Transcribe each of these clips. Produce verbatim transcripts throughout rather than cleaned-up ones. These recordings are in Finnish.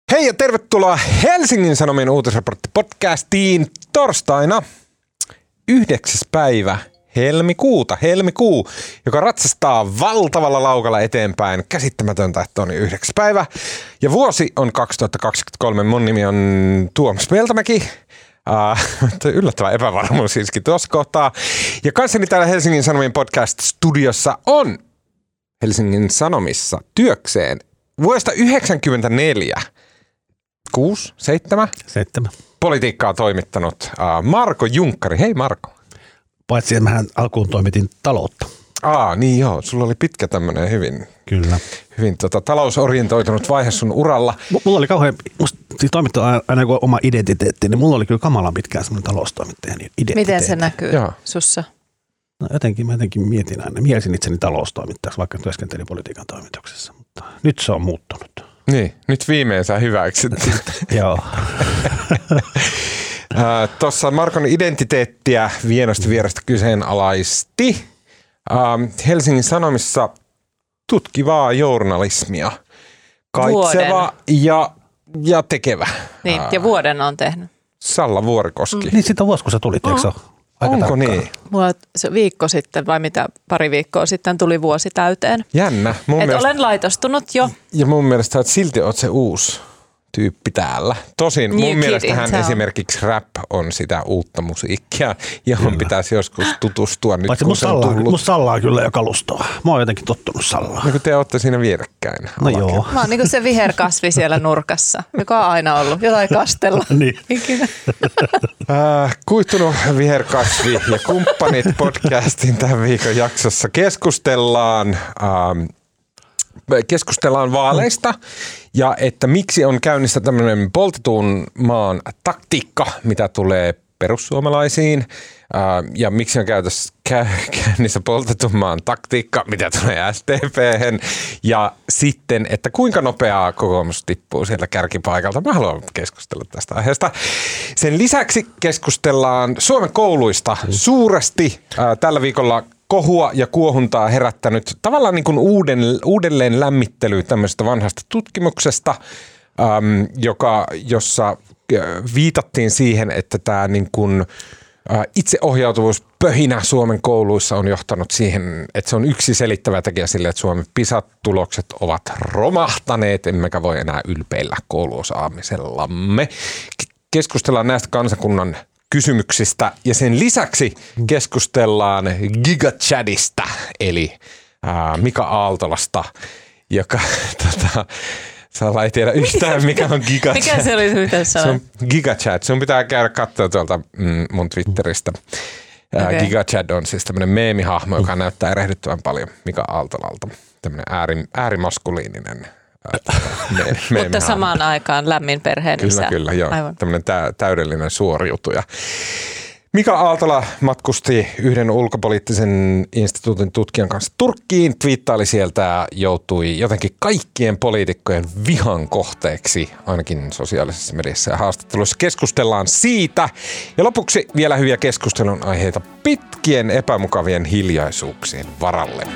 Hei ja tervetuloa Helsingin Sanomien uutisraportti-podcastiin torstaina yhdeksäs päivä helmikuuta. Helmikuu, joka ratsastaa valtavalla laukalla eteenpäin. Käsittämätöntä, että on yhdeksäs päivä. Ja vuosi on kaksituhattakaksikymmentäkolme. Mun nimi on Tuomas Peltomäki. Uh, yllättävän epävarmuus siiski tuossa kohtaa. Ja kanssani täällä Helsingin Sanomien podcast-studiossa on Helsingin Sanomissa työkseen vuodesta yhdeksänkymmentäneljä. Kuusi, seitsemän? Seitsemän. Politiikkaa toimittanut uh, Marko Junkkari. Hei Marko. Paitsi, että mähän alkuun toimitin taloutta. Aa, niin joo. Sulla oli pitkä tämmöinen hyvin, Kyllä. hyvin tota, talousorientoitunut vaihe sun uralla. M- mulla oli kauhean, musta siis toimittaa aina kuin oma identiteetti, niin mulla oli kyllä kamalan pitkään semmoinen taloustoimittajan identiteetti. Miten se näkyy Joo. sussa? No jotenkin mä jotenkin mietin aina, mielisin itseni taloustoimittajaksi, vaikka työskentelin politiikan toimituksessa, mutta nyt se on muuttunut. Niin, nyt viimein sä hyväksyt. Joo. Tuossa Markon identiteettiä vienosti vierestä kyseenalaisti Helsingin Sanomissa tutkivaa journalismia. Kaitseva ja, ja tekevä. Niin, ja vuoden on tehnyt. Salla Vuorikoski. Mm. Niin siitä vuosi, kun sä tulit, eikö se ole? Aika Onko tarkkaan. niin? Mulla se viikko sitten, vai mitä, pari viikkoa sitten tuli vuosi täyteen. Jännä. Mun Et mielestä, olen laitostunut jo. ja mun mielestä että silti oot se uusi tyyppi täällä. Tosin mun New mielestähän Kid, esimerkiksi rap on sitä uutta musiikkia, johon kyllä pitäisi joskus tutustua nyt, Paitsi kun musta se on sallaa, tullut. musta sallaa kyllä jo kalustoa. Mä oon jotenkin tottunut sallaan. Niin kuin te olette siinä vierekkäin. No alakerrassa. joo. Mä oon niin kuin se viherkasvi siellä nurkassa, joka on aina ollut jotain kastella. Niin. Ikinä. Äh, kuihtunut viherkasvi ja kumppanit podcastin tämän viikon jaksossa keskustellaan, ähm, keskustellaan vaaleista ja että miksi on käynnissä tämmöinen poltetun maan taktiikka, mitä tulee perussuomalaisiin äh, ja miksi on käytössä kä- käynnissä poltetun maan taktiikka, mitä tulee S D P:hen ja sitten, että kuinka nopeaa kokoomus tippuu sieltä kärkipaikalta. Mä haluan keskustella tästä aiheesta. Sen lisäksi keskustellaan Suomen kouluista suuresti äh, tällä viikolla. Kohua ja kuohuntaa herättänyt tavallaan niin kuin uuden, uudelleen lämmittely tämmöisestä vanhasta tutkimuksesta, äm, joka, jossa viitattiin siihen, että tämä niin kuin, ä, itseohjautuvuuspöhinä Suomen kouluissa on johtanut siihen, että se on yksi selittävä tekijä sille, että Suomen PISA-tulokset ovat romahtaneet, emmekä voi enää ylpeillä kouluosaamisellamme. Keskustellaan näistä kansakunnan kysymyksistä ja sen lisäksi keskustellaan GigaChadista eli ää, Mika Aaltolasta, joka tota, Salla ei tiedä yhtään mikä on GigaChat. Mikä se oli, mitä se on GigaChat. Sun pitää käydä katsoa tuolta mm, mun Twitteristä. Okay. GigaChat on siis tämmöinen meemihahmo, joka näyttää erehdyttävän paljon Mika Aaltolalta. Tämmöinen ääri, äärimaskuliininen. Me, me Mutta samaan aikaan lämmin perheen Kyllä, isä. kyllä, joo. Aivan. Tämmöinen tä- täydellinen suoriutuja. Mika Aaltola matkusti yhden ulkopoliittisen instituutin tutkijan kanssa Turkkiin, twiittaili sieltä ja joutui jotenkin kaikkien poliitikkojen vihan kohteeksi, ainakin sosiaalisessa mediassa ja haastatteluissa. Keskustellaan siitä. Ja lopuksi vielä hyviä keskustelun aiheita pitkien epämukavien hiljaisuuksien varalle.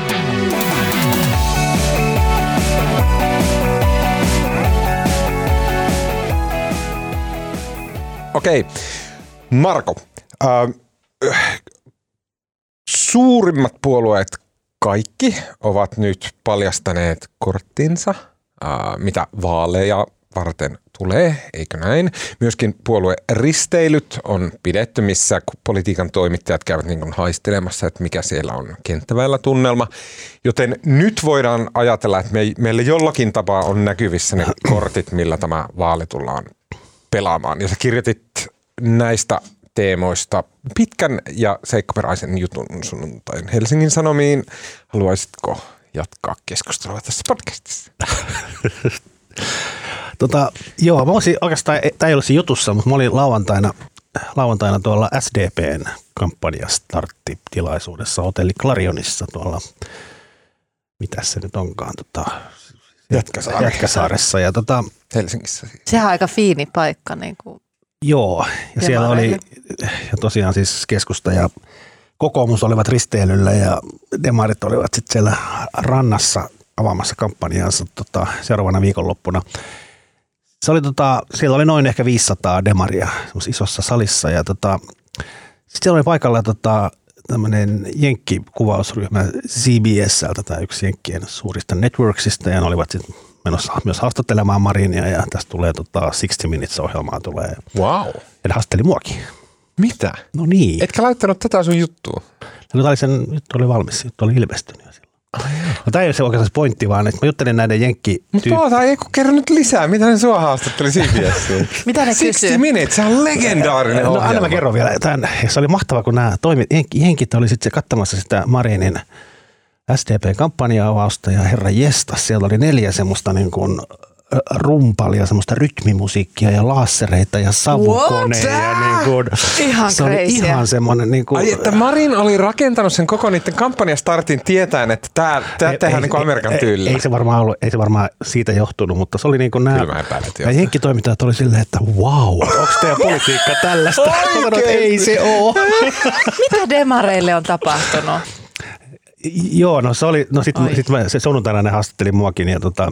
Okei, Marko, äh, suurimmat puolueet kaikki ovat nyt paljastaneet korttinsa, äh, mitä vaaleja varten tulee, eikö näin? Myöskin puolueristeilyt on pidetty, missä politiikan toimittajat käyvät niin kuin haistelemassa, että mikä siellä on kenttäväellä tunnelma. Joten nyt voidaan ajatella, että me, meillä jollakin tapaa on näkyvissä ne kortit, millä tämä vaali tullaan pelaamaan. Ja sä kirjoitit näistä teemoista pitkän ja seikkaperäisen jutun sunnuntain Helsingin Sanomiin. Haluaisitko jatkaa keskustelua tässä podcastissa? Tota, joo, mä olisin oikeastaan, tämä ei olisi jutussa, mutta mä olin lauantaina, lauantaina tuolla S D P:n kampanjastarttitilaisuudessa hotelli Clarionissa tuolla, mitäs se nyt onkaan, tota, Jätkäsaari. Jätkäsaaressa. Ja tota, Helsingissä. Sehän on aika fiini paikka. Niin kuin joo, ja siellä oli ja tosiaan siis keskusta ja kokoomus olivat risteilyllä ja demarit olivat sitten siellä rannassa avaamassa kampanjaansa tota, seuraavana viikonloppuna. Se oli tota, siellä oli noin ehkä viisisataa demaria isossa salissa ja tota, sitten siellä oli paikalla tota, tämmöinen jenkkikuvausryhmä C B S:ltä tai yksi jenkkien suurista networksista ja ne olivat sitten menossa myös haastattelemaan Marinia ja tästä tulee tota sixty minutes-ohjelmaa tulee. Wow. Ja ne haastatteli muakin. Mitä? No niin. Etkä laittanut tätä sun juttua? No, oli sen, juttu oli valmis, juttu oli ilmestynyt jo silloin. No, tämä ei ole se oikeastaan pointti, vaan että mä juttelin näiden jenkki... Mutta oota, ei kun kerro nyt lisää. Mitä ne sua haastatteli C B S:iin? Mitä ne kysyy? sixty minutes, se on legendaarinen no, ohjelma. Aina mä kerron vielä. Tämän, se oli mahtavaa, kun nämä toimit, jenkit oli sitten katsomassa sitä Marinin S D P-kampanja-avausta ja herra jestas, siellä oli neljä semmoista niin kuin rumpalia, semmoista rytmimusiikkia ja laassereita ja savukoneja. Ja niin kuin, ihan se oli crazy. ihan semmoinen... Niin kuin, Ai, että Marin oli rakentanut sen koko niiden kampanjastartin tietäen, että tämä tehdään niin kuin Amerikan tyylillä. Ei, ei, se varmaan ollut, ei se varmaan siitä johtunut, mutta se oli niin kuin nämä... Kyllä mä epäilen, että ja jenkkitoimittajat oli silleen, että wow, onko teidän politiikka tällaista? Sanoin, että ei se ole. Mitä demareille on tapahtunut? Joo, no se oli, no sitten sit se sunnuntaina ne haastatteli muakin ja tota,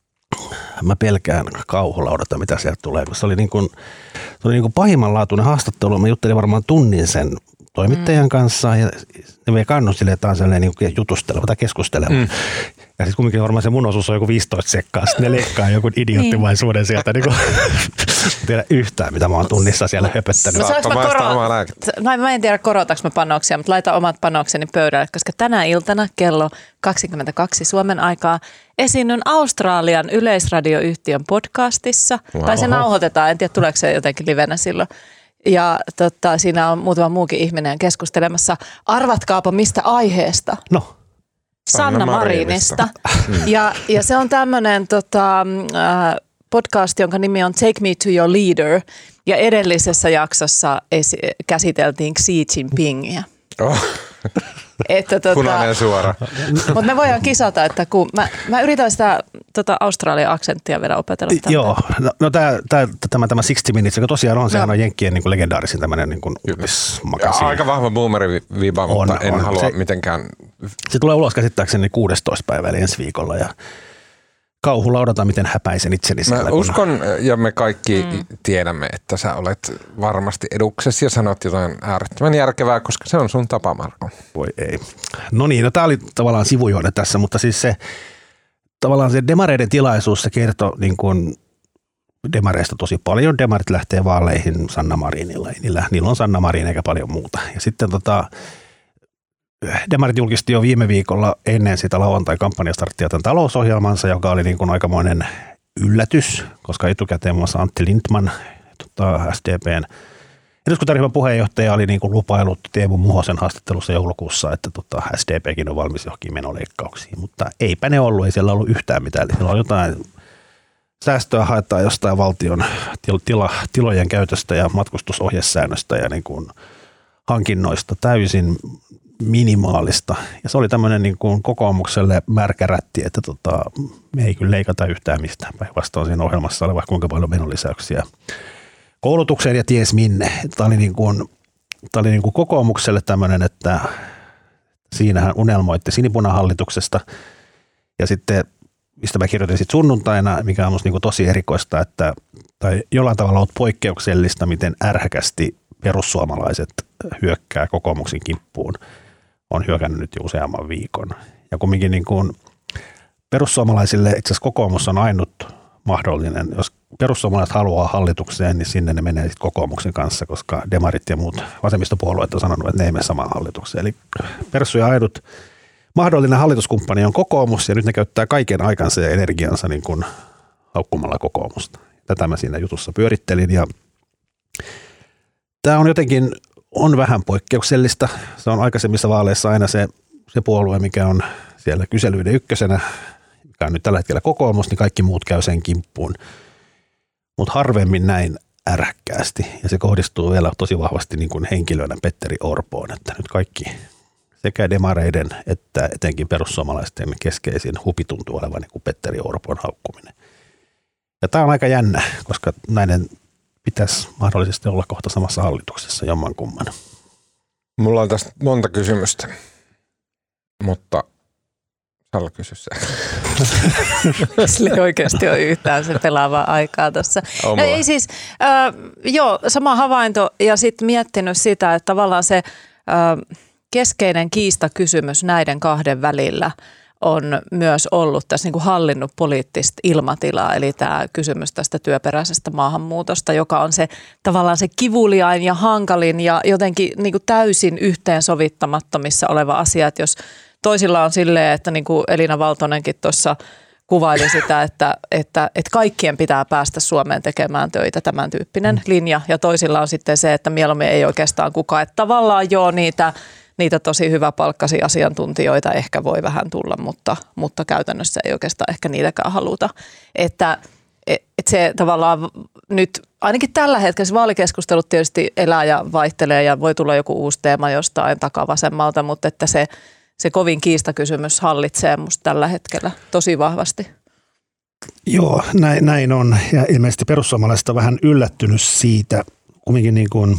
mä pelkään kauhulaudata, mitä sieltä tulee, kun se oli niin kuin, se oli niin kuin pahimmanlaatuinen haastattelu. Mä juttelin varmaan tunnin sen toimittajan mm. kanssa ja ne vei kannun silleen, että on sellainen niin jutusteleva tai keskusteleva. Mm. Ja sitten kumminkin varmaan se mun osuus on joku viisitoista sekkaa, sitten ne leikkaa joku idioottimaisuuden sieltä. Niin kuin, tiedä yhtään, mitä mä oon tunnissa siellä höpöttänyt. No, mä, koro- no, mä en tiedä, korotaanko mä panoksia, mutta laita omat panokseni pöydälle, koska tänä iltana kello kaksikymmentäkaksi Suomen aikaa esiinnyn Australian yleisradioyhtiön podcastissa. Wow. Tai se nauhoitetaan, en tiedä tuleeko se jotenkin livenä silloin. Ja tota, siinä on muutama muukin ihminen keskustelemassa. Arvatkaapa mistä aiheesta? No. Sanna, Sanna Marinista. Marinista. ja, ja se on tämmöinen tota, äh, podcast, jonka nimi on Take Me to Your Leader. Ja edellisessä jaksossa esi- käsiteltiin Xi Jinpingiä. Oh. Että, tota, punainen suora. Mutta me voidaan kisata, että kun mä, mä yritän sitä tota Australian aksenttia vielä opetella. Tämän. Joo, no, no tämä, tämä, tämä sixty minutes, joka tosiaan on, sehän on jenkkien niin kuin legendaarisin tämmöinen niin kuin uutismagasiini. Aika vahva boomeri-viiva, mutta on, en on. halua se, mitenkään... Se tulee ulos käsittääkseni kuudestoista päivä, eli ensi viikolla, ja kauhulaudata, miten häpäisen itseni siellä. Mä uskon, ja me kaikki mm. tiedämme, että sä olet varmasti eduksesi ja sanot jotain äärettömän järkevää, koska se on sun tapa, Marko. Voi ei. No niin, no tää oli tavallaan sivujuone tässä, mutta siis se tavallaan se demareiden tilaisuus, se kertoi niin kuin demareista tosi paljon. Demarit lähtee vaaleihin Sanna Marinilla. Niillä, niillä on Sanna Marin eikä paljon muuta. Ja sitten tota, demarit julkisti jo viime viikolla ennen sitä lauantai-kampanjastarttia tämän talousohjelmansa, joka oli niin kuin aikamoinen yllätys, koska etukäteen muun muassa Antti Lindman, tota S D P:n eduskuntaryhmän puheenjohtaja, oli niin kuin lupailut Teemu Muhosen haastattelussa joulukuussa, että tota S D P:kin on valmis johonkin menoleikkauksiin, mutta eipä ne ollut, ei siellä ollut yhtään mitään. Siellä on jotain säästöä haetaan jostain valtion tila, tilojen käytöstä ja matkustusohjesäännöstä ja niin kuin hankinnoista täysin minimaalista. Ja se oli tämmöinen niin kuin kokoomukselle märkärätti, että tota, me ei kyllä leikata yhtään mistään. Päinvastoin siinä ohjelmassa oli vaikka kuinka paljon menolisäyksiä koulutukseen ja ties minne. Tämä oli, niin kuin, tämä oli niin kuin kokoomukselle tämmöinen, että siinähän unelmoitte sinipunahallituksesta. Ja sitten, mistä mä kirjoitin sitten sunnuntaina, mikä on musta niin kuin tosi erikoista, että tai jollain tavalla on poikkeuksellista, miten ärhäkästi perussuomalaiset hyökkää kokoomuksen kimppuun. On hyökännyt nyt jo useamman viikon. Ja kumminkin niin kuin perussuomalaisille itse asiassa kokoomus on ainut mahdollinen. Jos perussuomalaiset haluaa hallitukseen, niin sinne ne menee sitten kokoomuksen kanssa, koska demarit ja muut vasemmistopuolueet on sanonut, että ne ei mene samaan hallitukseen. Eli perssuja ainut mahdollinen hallituskumppani on kokoomus, ja nyt ne käyttää kaiken aikansa ja energiansa niin kuin haukkumalla kokoomusta. Tätä mä siinä jutussa pyörittelin, ja tämä on jotenkin on vähän poikkeuksellista. Se on aikaisemmissa vaaleissa aina se, se puolue, mikä on siellä kyselyiden ykkösenä, mikä on nyt tällä hetkellä kokoomus, niin kaikki muut käy sen kimppuun. Mutta harvemmin näin ärhäkkäästi. Ja se kohdistuu vielä tosi vahvasti niin kuin henkilönä Petteri Orpoon, että nyt kaikki sekä demareiden että etenkin perussuomalaisten keskeisin hupi tuntuu olevan niin kuin Petteri Orpon haukkuminen. Ja tämä on aika jännä, koska näiden pitäisi mahdollisesti olla kohta samassa hallituksessa jommankumman. Mulla on tästä monta kysymystä, mutta Haluan kysyä se. Sillä ei oikeasti ole yhtään se pelaavaa aikaa tuossa. No ei siis, äh, joo, sama havainto ja sitten miettinyt sitä, että tavallaan se äh, keskeinen kiistakysymys näiden kahden välillä on myös ollut tässä niin kuin hallinnut poliittista ilmatilaa, eli tämä kysymys tästä työperäisestä maahanmuutosta, joka on se tavallaan se kivuliain ja hankalin ja jotenkin niin kuin täysin yhteensovittamattomissa oleva asia, että jos toisilla on silleen, että niin kuin Elina Valtonenkin tuossa kuvaili sitä, että, että, että kaikkien pitää päästä Suomeen tekemään töitä, tämän tyyppinen linja, ja toisilla on sitten se, että mieluummin ei oikeastaan kukaan, että tavallaan joo niitä Niitä tosi hyväpalkkaisia asiantuntijoita ehkä voi vähän tulla, mutta, mutta käytännössä ei oikeastaan ehkä niitäkään haluta. Että et se tavallaan nyt, ainakin tällä hetkellä se vaalikeskustelut tietysti elää ja vaihtelee ja voi tulla joku uusi teema jostain takavasemmalta, mutta että se, se kovin kiistakysymys hallitsee musta tällä hetkellä tosi vahvasti. Joo, näin, näin on. Ja ilmeisesti perussuomalaiset on vähän yllättynyt siitä, kumminkin niin kuin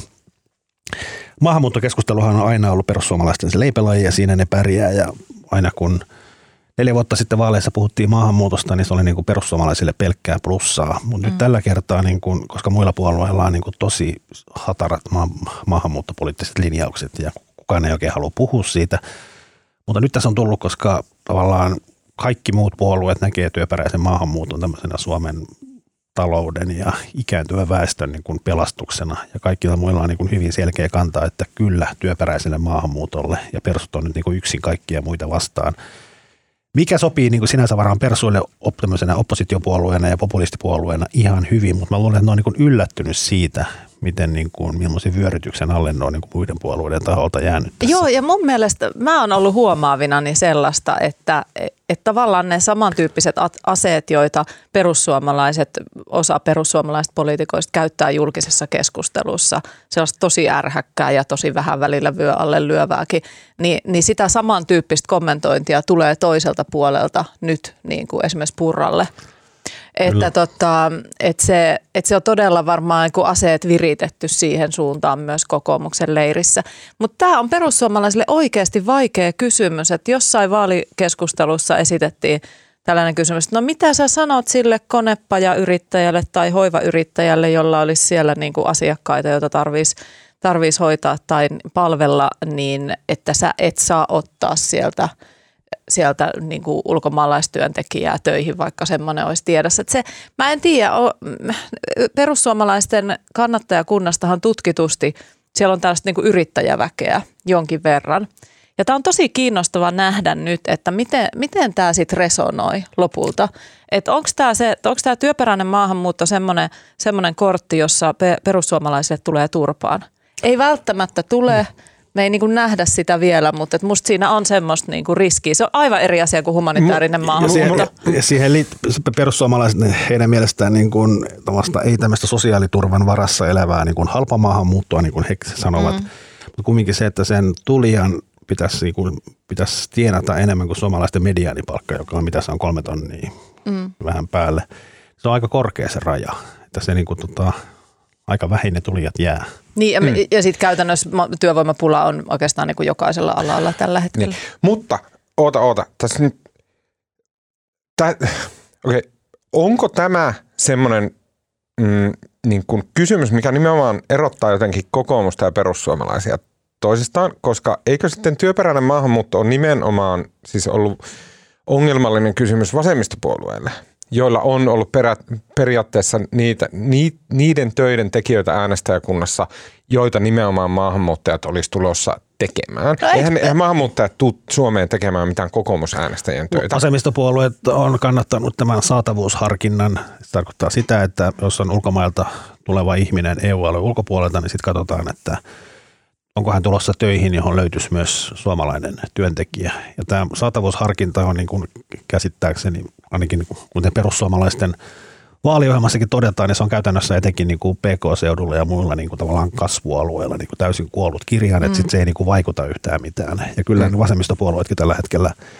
maahanmuuttokeskusteluhan on aina ollut perussuomalaisten se leipälaji ja siinä ne pärjää ja aina kun neljä vuotta sitten vaaleissa puhuttiin maahanmuutosta, niin se oli niin kuin perussuomalaisille pelkkää plussaa. Mutta mm. nyt tällä kertaa, niin kuin, koska muilla puolueilla on niin kuin tosi hatarat ma- maahanmuuttopoliittiset linjaukset ja kukaan ei oikein halua puhua siitä. Mutta nyt tässä on tullut, koska tavallaan kaikki muut puolueet näkee työperäisen maahanmuuton tämmöisenä Suomen talouden ja ikääntyvän väestön niin kuin pelastuksena. Ja kaikilla muilla on niin kuin hyvin selkeä kanta, että kyllä työperäiselle maahanmuutolle ja persut on nyt niin kuin yksin kaikkia muita vastaan. Mikä sopii niin kuin sinänsä varmaan persuille tämmöisenä oppositiopuolueena ja populistipuolueena ihan hyvin, mutta mä luulen, että ne on niin kuin yllättynyt siitä, miten niin kuin, millaisen vyörytyksen alle ne on niin kuin muiden puolueiden taholta jäänyt tässä. Joo, ja mun mielestä mä oon ollut huomaavinani sellaista, että, että tavallaan ne samantyyppiset aseet, joita perussuomalaiset, osa perussuomalaisista poliitikoista käyttää julkisessa keskustelussa, sellaista tosi ärhäkkää ja tosi vähän välillä vyö alle lyövääkin, niin, niin sitä samantyyppistä kommentointia tulee toiselta puolelta nyt niin kuin esimerkiksi Purralle. Että, tota, että, se, että se on todella varmaan niin aseet viritetty siihen suuntaan myös kokoomuksen leirissä. Mutta tämä on perussuomalaisille oikeasti vaikea kysymys, että jossain vaalikeskustelussa esitettiin tällainen kysymys, että no mitä sä sanot sille konepajayrittäjälle tai hoivayrittäjälle, jolla olisi siellä niin kuin asiakkaita, joita tarvitsisi tarvitsisi hoitaa tai palvella, niin että sä et saa ottaa sieltä sieltä niin kuin ulkomaalaistyöntekijää töihin, vaikka semmoinen olisi tiedossa. Että se, mä en tiedä, perussuomalaisten kannattajakunnastahan tutkitusti, siellä on tällaista niin kuin yrittäjäväkeä jonkin verran. Ja tämä on tosi kiinnostava nähdä nyt, että miten, miten tämä sitten resonoi lopulta. Että onko tämä se, onko tämä työperäinen maahanmuutto semmoinen, semmoinen kortti, jossa perussuomalaisille tulee turpaan? Ei välttämättä tule. Me ei niin kuin nähdä sitä vielä, mutta musta siinä on semmoista niin kuin riskiä. Se on aivan eri asia kuin humanitaarinen maahanmuutto. Ja siihen, siihen liittyy perussuomalaiset, heidän mielestään niin kuin, ei tämmöistä sosiaaliturvan varassa elävää niin kuin halpa maahanmuuttoa, niin kuin he sanovat. Mm. Mutta kumminkin se, että sen tulijan pitäisi, niin kuin, pitäisi tienata enemmän kuin suomalaisten mediaanipalkka, joka on mitä se on kolme tonnia mm. vähän päälle. Se on aika korkea se raja, että se niin kuin, tota, aika vähin ne tulijat jää. Niin, ja, mm. ja sitten käytännössä työvoimapula on oikeastaan niin kuin jokaisella alalla tällä hetkellä. Niin. Mutta, oota, oota. Tässä nyt, tä, okay. Onko tämä semmoinen mm, niin kuin kysymys, mikä nimenomaan erottaa jotenkin kokoomusta ja perussuomalaisia toisistaan, koska eikö sitten työperäinen maahanmuutto ole nimenomaan siis ollut ongelmallinen kysymys vasemmistopuolueille, joilla on ollut perä, periaatteessa niitä, ni, niiden töiden tekijöitä äänestäjäkunnassa, joita nimenomaan maahanmuuttajat olisi tulossa tekemään. No eihän, eihän maahanmuuttajat tule Suomeen tekemään mitään kokoomusäänestäjien töitä. Vasemmistopuolueet on kannattanut tämän saatavuusharkinnan. Se tarkoittaa sitä, että jos on ulkomailta tuleva ihminen E U-alueen ulkopuolelta, niin sitten katsotaan, että onko hän tulossa töihin, johon löytyisi myös suomalainen työntekijä. Ja tämä saatavuusharkinta on niin kuin käsittääkseni, ainakin kuten perussuomalaisten vaaliohjelmassakin todetaan, niin se on käytännössä etenkin niin kuin P K-seudulla ja muilla niin kuin tavallaan kasvualueilla niin kuin täysin kuollut kirjain, mm. että sit se ei niin kuin vaikuta yhtään mitään. Ja kyllä mm. vasemmistopuolueetkin tällä hetkellä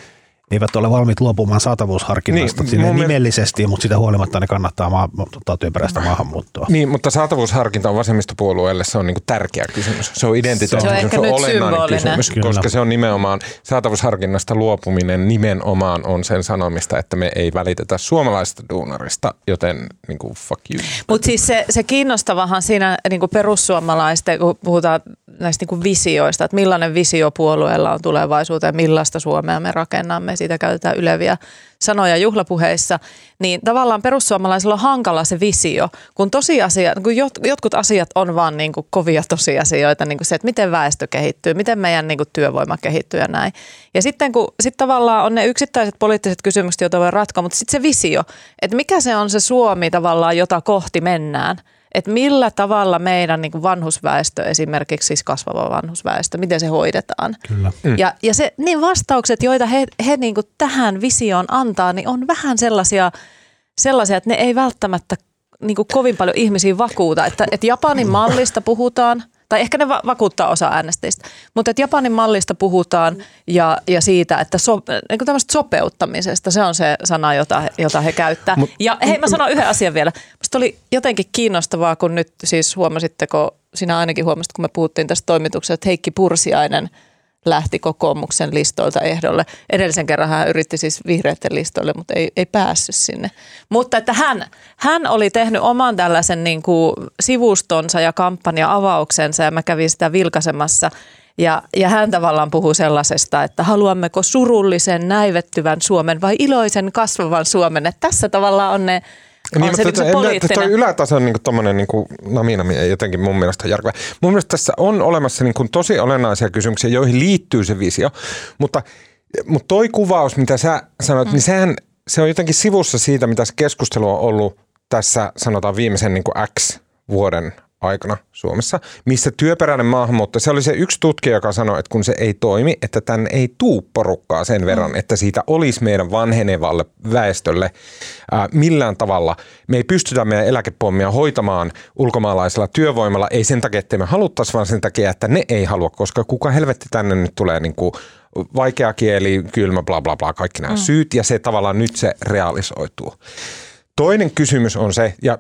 eivät ole valmiit luopumaan saatavuusharkinnasta niin, nimellisesti, mielestä, mutta sitä huolimatta ne kannattaa maa, tota, työperäistä maahanmuuttoa. Niin, mutta saatavuusharkinta on vasemmistopuolueelle se on niin kuin tärkeä kysymys. Se on identiteettikysymys, se on, se on olennainen kysymys, Kyllä. koska se on nimenomaan, saatavuusharkinnasta luopuminen nimenomaan on sen sanomista, että me ei välitetä suomalaisesta duunarista, joten niin kuin fuck you. Mutta siis se, se kiinnostavahan siinä niin kuin perussuomalaisten, kun puhutaan näistä niin kuin visioista, että millainen visio puolueella on tulevaisuuteen, millaista Suomea me rakennamme, siitä käytetään yleviä sanoja juhlapuheissa, niin tavallaan perussuomalaisilla on hankala se visio, kun tosiasia, kun jotkut asiat on vaan niin kuin kovia tosiasioita, niin kuin se, että miten väestö kehittyy, miten meidän niin kuin työvoima kehittyy ja näin. Ja sitten kun sit tavallaan on ne yksittäiset poliittiset kysymykset, joita voi ratkoa, mutta sitten se visio, että mikä se on se Suomi tavallaan, jota kohti mennään. Että millä tavalla meidän niin kuin vanhusväestö, esimerkiksi siis kasvava vanhusväestö, miten se hoidetaan. Kyllä. Mm. Ja, ja se, niin vastaukset, joita he, he niin kuin tähän visioon antaa, niin on vähän sellaisia, sellaisia että ne ei välttämättä niin kuin kovin paljon ihmisiä vakuuta. Että, että Japanin mallista puhutaan, tai ehkä ne va- vakuuttaa osa äänestäjistä, mutta että Japanin mallista puhutaan ja, ja siitä, että so, niin kuin tämmöistä sopeuttamisesta, se on se sana, jota, jota he käyttää. Mut, ja hei, mä sanon yhden asian vielä. Musta oli jotenkin kiinnostavaa, kun nyt siis huomasitteko, sinä ainakin huomasit, kun me puhuttiin tästä toimituksesta, että Heikki Pursiainen lähti kokoomuksen listoilta ehdolle. Edellisen kerran hän yritti siis vihreiden listoille, mutta ei, ei päässyt sinne. Mutta että hän, hän oli tehnyt oman tällaisen niin kuin sivustonsa ja kampanja-avauksensa ja mä kävin sitä vilkaisemassa. Ja, ja hän tavallaan puhuu sellaisesta, että haluammeko surullisen näivettyvän Suomen vai iloisen kasvavan Suomen. Että tässä tavallaan on ne... Niin, on se, mutta se poliittinen. Toi ylätason niin tommoinen niin naminami ei jotenkin mun mielestä järkevä. Mun mielestä tässä on olemassa niin kuin tosi olennaisia kysymyksiä, joihin liittyy se visio, mutta, mutta toi kuvaus, mitä sä sanoit, mm. niin sehän, se on jotenkin sivussa siitä, mitä se keskustelu on ollut tässä sanotaan viimeisen niin kuin X vuoden aikana Suomessa, missä työperäinen maahanmuutto, se oli se yksi tutkija, joka sanoi, että kun se ei toimi, että tänne ei tuu porukkaa sen verran, mm. että siitä olisi meidän vanhenevalle väestölle ää, millään tavalla. Me ei pystytä meidän eläkepommia hoitamaan ulkomaalaisella työvoimalla, ei sen takia, että me haluttaisi, vaan sen takia, että ne ei halua, koska kuka helvetti tänne nyt tulee niin kuin vaikea kieli, kylmä, bla bla bla, kaikki nämä mm. syyt, ja se tavallaan nyt se realisoituu. Toinen kysymys on se, ja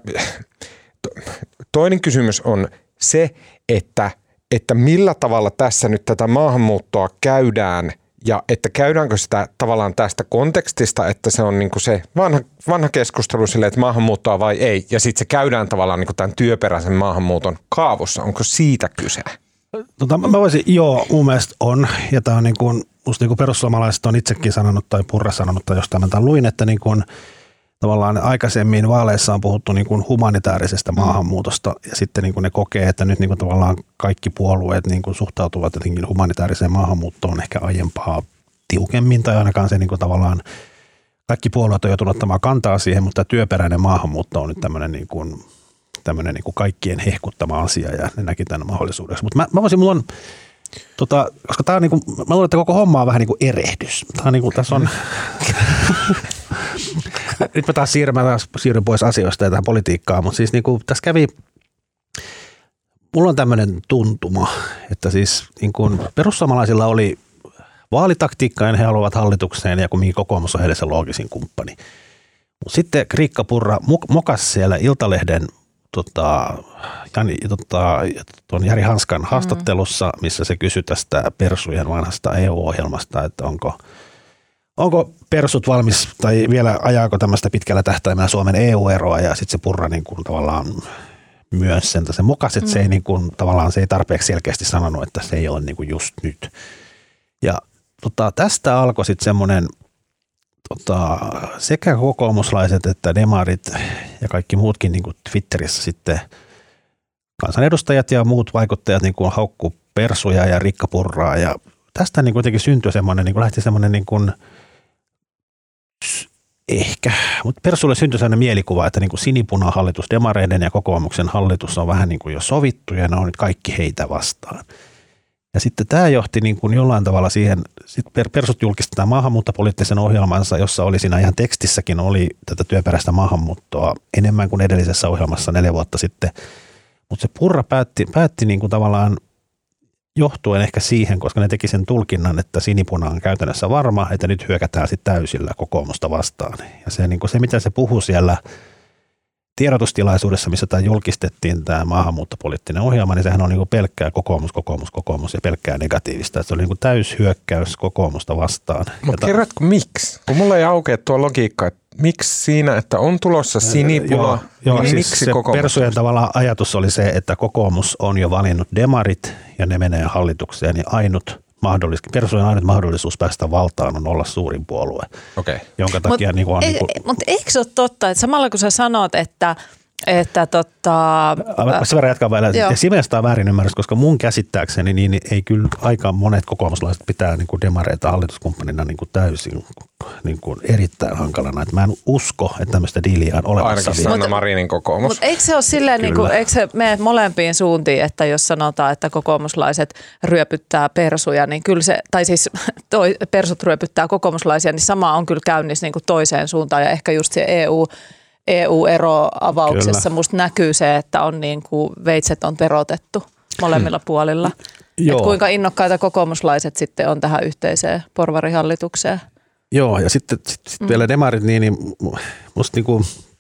toinen kysymys on se, että, että millä tavalla tässä nyt tätä maahanmuuttoa käydään ja että käydäänkö sitä tavallaan tästä kontekstista, että se on niin kuin se vanha, vanha keskustelu silleen, että maahanmuuttoa vai ei ja sitten se käydään tavallaan niin kuin tämän työperäisen maahanmuuton kaavussa. Onko siitä kyse? Tota, mä voisin, joo, mun mielestä on ja tämä on niin kuin, musta niin kuin perussuomalaiset on itsekin sanonut tai Purra sanonut tai jostain mä tämän luin, että niin kuin tavallaan aikaisemmin vaaleissa on puhuttu niin kuin humanitaarisesta maahanmuutosta ja sitten niin kuin ne kokee, että nyt niin kuin tavallaan kaikki puolueet niin kuin suhtautuvat jotenkin humanitaariseen maahanmuuttoon ehkä aiempaa tiukemmin tai ainakaan se niin kuin tavallaan kaikki puolueet on joutunut ottamaan kantaa siihen, mutta työperäinen maahanmuutto on nyt tämmöinen niin kuin, tämmöinen niin kuin kaikkien hehkuttama asia ja ne näki tämän mahdollisuudeksi. Mutta mä, mä voisin, mulla on, tota, koska tää on niin kuin, mä luulen, että koko homma on vähän niin kuin erehdys. Tää on niin kuin, tässä on... Nyt mä taas siirryn, mä taas siirryn pois asioista ja tähän politiikkaan, mutta siis niin kuin tässä kävi, mulla on tämmöinen tuntuma, että siis niin kuin perussuomalaisilla oli vaalitaktiikka ja he haluavat hallitukseen ja kumminkin kokoomus on heille se loogisin kumppani. Mutta sitten Riikka Purra mokasi siellä Iltalehden tota, Jani, tota, tuon Jari Hanskan haastattelussa, missä se kysyi tästä persujen vanhasta E U-ohjelmasta, että onko Onko persut valmis tai vielä ajaako tämmöistä pitkällä tähtäimellä Suomen E U-eroa ja sitten se Purra niin kuin tavallaan myös sen, se mokas, että mm. se ei niin kuin, tavallaan se ei tarpeeksi selkeästi sanonut, että se ei ole niin kuin just nyt. Ja tota, tästä alkoi sitten semmoinen tota, sekä kokoomuslaiset että demarit ja kaikki muutkin niin kuin Twitterissä sitten kansanedustajat ja muut vaikuttajat niin kuin haukku persuja ja Riikka Purraa ja tästä niin kuitenkin syntyi semmoinen, niin kuin lähti semmoinen niin kuin ehkä, mutta persuille syntyi sellainen mielikuva, että niin kuin sinipunahallitus, demareiden ja kokoomuksen hallitus on vähän niin kuin jo sovittu ja ne on nyt kaikki heitä vastaan. Ja sitten tämä johti niin kuin jollain tavalla siihen, sitten persut julkistetaan maahanmuuttopoliittisen ohjelmansa, jossa oli siinä ihan tekstissäkin oli tätä työperäistä maahanmuuttoa enemmän kuin edellisessä ohjelmassa neljä vuotta sitten. Mutta se Purra päätti, päätti niin kuin tavallaan johtuen ehkä siihen, koska ne teki sen tulkinnan, että sinipuna on käytännössä varma, että nyt hyökätään sitten täysillä kokoomusta vastaan. Ja se, niin kuin se mitä se puhui siellä tiedotustilaisuudessa, missä tämä julkistettiin, tämä maahanmuuttopoliittinen ohjelma, niin sehän on niin kuin pelkkää kokoomus, kokoomus, kokoomus ja pelkkää negatiivista. Että se oli niin kuin täyshyökkäys kokoomusta vastaan. Mutta kerrotko miksi? Kun mulla ei aukea tuo logiikka, että miksi siinä, että on tulossa sinipula, joo, joo, niin siis miksi se kokoomus? Persujen tavallaan ajatus oli se, että kokoomus on jo valinnut demarit ja ne menee hallitukseen, niin ainut mahdollisuus, Persujen ainut mahdollisuus päästä valtaan on olla suurin puolue, okay. jonka takia Mut, niin on... Ei, niin kuin, mutta eikö se ole totta, että samalla kun sä sanot, että että tota... Sen verran jatkaa vielä. Sivestä on väärin ymmärrys, koska mun käsittääkseni niin ei kyllä aika monet kokoomuslaiset pitää niin kuin demareita hallituskumppanina niin kuin täysin niin kuin erittäin hankalana. Että mä en usko, että tämmöistä diiliä on olemassa. Ainakin Sanna Marinin kokoomus. Mutta eikö se ole silleen, niin kuin, eikö se mene molempiin suuntiin, että jos sanotaan, että kokoomuslaiset ryöpyttää persuja, niin kyllä se, tai siis toi, persut ryöpyttää kokoomuslaisia, niin sama on kyllä käynnissä niin kuin toiseen suuntaan ja ehkä just se E U E U-eroavauksessa kyllä. Musta näkyy se, että on niin kuin veitset on terotettu molemmilla hmm. puolilla. Että kuinka innokkaita kokoomuslaiset sitten on tähän yhteiseen porvarihallitukseen. Joo, ja sitten sit, sit mm. vielä demarit, niin, niin musta niinku,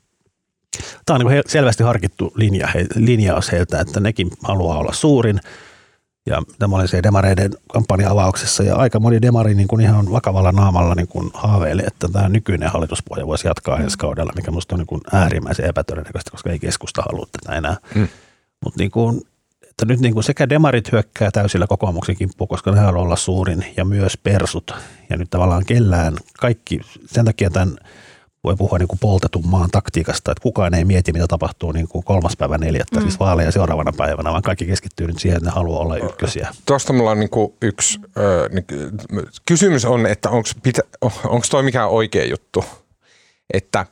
tämä on niinku selvästi harkittu linja, he, linjaus heiltä, että nekin haluaa olla suurin. Ja tämä oli se demareiden kampanja-avauksessa ja aika moni demari niin kuin ihan vakavalla naamalla niin kuin haaveili, että tämä nykyinen hallituspohja voisi jatkaa ensi kaudella, mikä minusta on niin kuin äärimmäisen epätodennäköistä, koska ei keskusta halua tätä enää. Mm. Mutta niin kuin, että nyt niin kuin sekä demarit hyökkää täysillä kokoomuksen kimppuun, koska ne haluaa olla suurin ja myös persut. Ja nyt tavallaan kellään kaikki, sen takia tämän voi puhua niin kuin poltetun maan taktiikasta, että kukaan ei mieti, mitä tapahtuu niin kuin kolmas päivä neljättä, mm. siis vaaleja seuraavana päivänä, vaan kaikki keskittyy nyt siihen, että ne haluaa olla ykkösiä. Tuosta mulla on niin kuin yksi ö, niin, kysymys on, että onko toi mikään oikea juttu, että,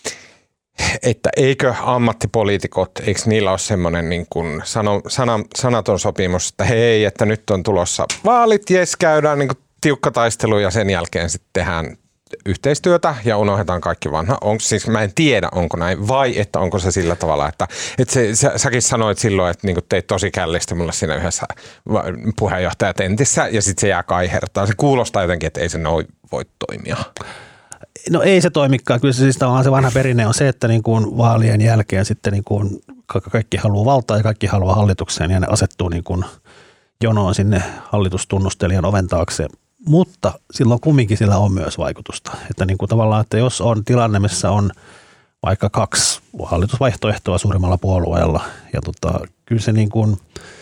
että eikö ammattipoliitikot, eikö niillä ole semmoinen niin kuin sano, sana, sanaton sopimus, että hei, että nyt on tulossa vaalit, jes, käydään niin kuin tiukka taistelu ja sen jälkeen sitten tehdään yhteistyötä ja unohdetaan kaikki vanha. Onko, siis mä en tiedä, onko näin vai että onko se sillä tavalla, että, että se, sä, säkin sanoit silloin, että niinku teit tosi källisti mulle siinä yhdessä puheenjohtajatentissä ja sitten se jää kaihertaa. Se kuulostaa jotenkin, että ei se noin voi toimia. No ei se toimikaan. Kyllä se siis tavallaan se vanha perinne on se, että niin kuin vaalien jälkeen sitten niin kuin kaikki haluaa valtaa ja kaikki haluaa hallitukseen ja ne asettuu niin kuin jonoon sinne hallitustunnustelijan oven taakse. Mutta silloin kumminkin sillä on myös vaikutusta. Että niin kuin tavallaan, että jos on tilanne, missä on vaikka kaksi hallitusvaihtoehtoa suurimmalla puolueella, ja tota, kyllä se niin kuin,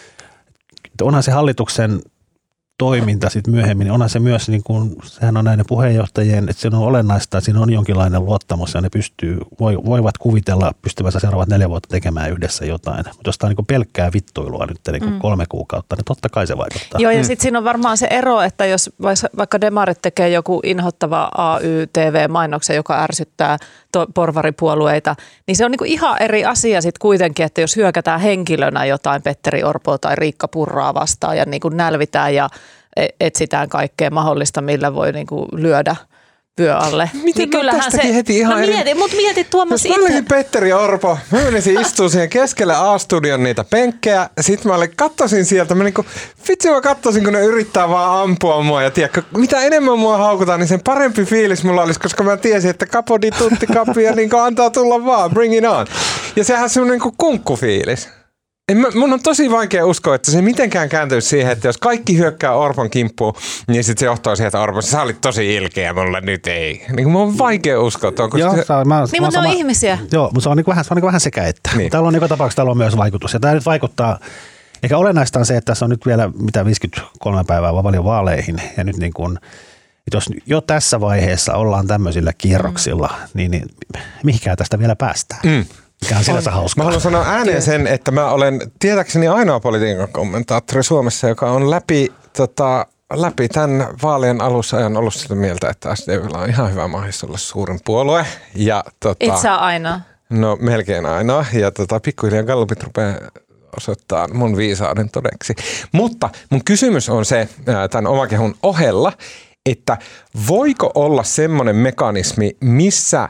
onhan se hallituksen toiminta sitten myöhemmin, onhan se myös, niin kuin, sehän on näiden puheenjohtajien, että se on olennaista, että siinä on jonkinlainen luottamus ja ne pystyy, voivat kuvitella pystyvänsä seuraavat neljä vuotta tekemään yhdessä jotain. Mutta jos tämä on niin pelkkää vittuilua nyt niin kuin mm. kolme kuukautta, niin totta kai se vaikuttaa. Joo, ja mm. sitten siinä on varmaan se ero, että jos vaikka demarit tekee joku inhottava A Y T V-mainoksen, joka ärsyttää to- porvaripuolueita, niin se on niin kuin ihan eri asia sitten kuitenkin, että jos hyökätään henkilönä jotain Petteri Orpoa tai Riikka Purraa vastaan ja niin kuin nälvitään ja etsitään kaikkea mahdollista, millä voi niinku lyödä vyö alle. Miten niin mä tästäkin se, heti ihan no mieti, eri... Mut mieti Tuomas itse. Jos mä olisin Petteri Orpo, mä menisin istua siihen keskelle A-studion niitä penkkejä, sit mä olin, kattosin sieltä, mä niinku, vitsi mä kattosin, kun ne yrittää vaan ampua mua ja tiedätkö, mitä enemmän mua haukutaan, niin sen parempi fiilis mulla olisi, koska mä tiesin, että kapodi tutti kapi ja niinku antaa tulla vaan, bring it on. Ja sehän on semmoinen niinku kunkkufiilis. En mä, mun on tosi vaikea uskoa, että se mitenkään kääntyisi siihen, että jos kaikki hyökkää Orpon kimppuun, niin sitten se johtaa siihen, että Orpo, sä olit tosi ilkeä, mulle nyt ei. Niin mun on vaikea uskoa. Onko joo, se... saa, mä, niin, mutta ne on ihmisiä. Joo, mutta se on, niin vähän, se on niin vähän sekä että. Niin. Täällä on niin tapauksessa täällä on myös vaikutus. Ja tämä nyt vaikuttaa, eikä olennaista on se, että tässä on nyt vielä mitä viisikymmentäkolme päivää paljon vaaleihin. Ja nyt niin kuin, jos jo tässä vaiheessa ollaan tämmöisillä kierroksilla, mm. niin, niin mihinkään tästä vielä päästään. Mm. Mikä on sinänsä hauskaa. Mä haluan sanoa ääneen sen, että mä olen tietääkseni ainoa politiikan kommentaattori Suomessa, joka on läpi, tota, läpi tämän vaalien alusajan ollut sitä mieltä, että S D P:llä on ihan hyvä mahdollisuus olla suurin puolue. Ja, tota, itse ainoa. No melkein ainoa. Ja tota, pikkuhiljaa gallupit rupeaa osoittaa mun viisauden todeksi. Mutta mun kysymys on se tämän omakehun ohella, että voiko olla semmoinen mekanismi, missä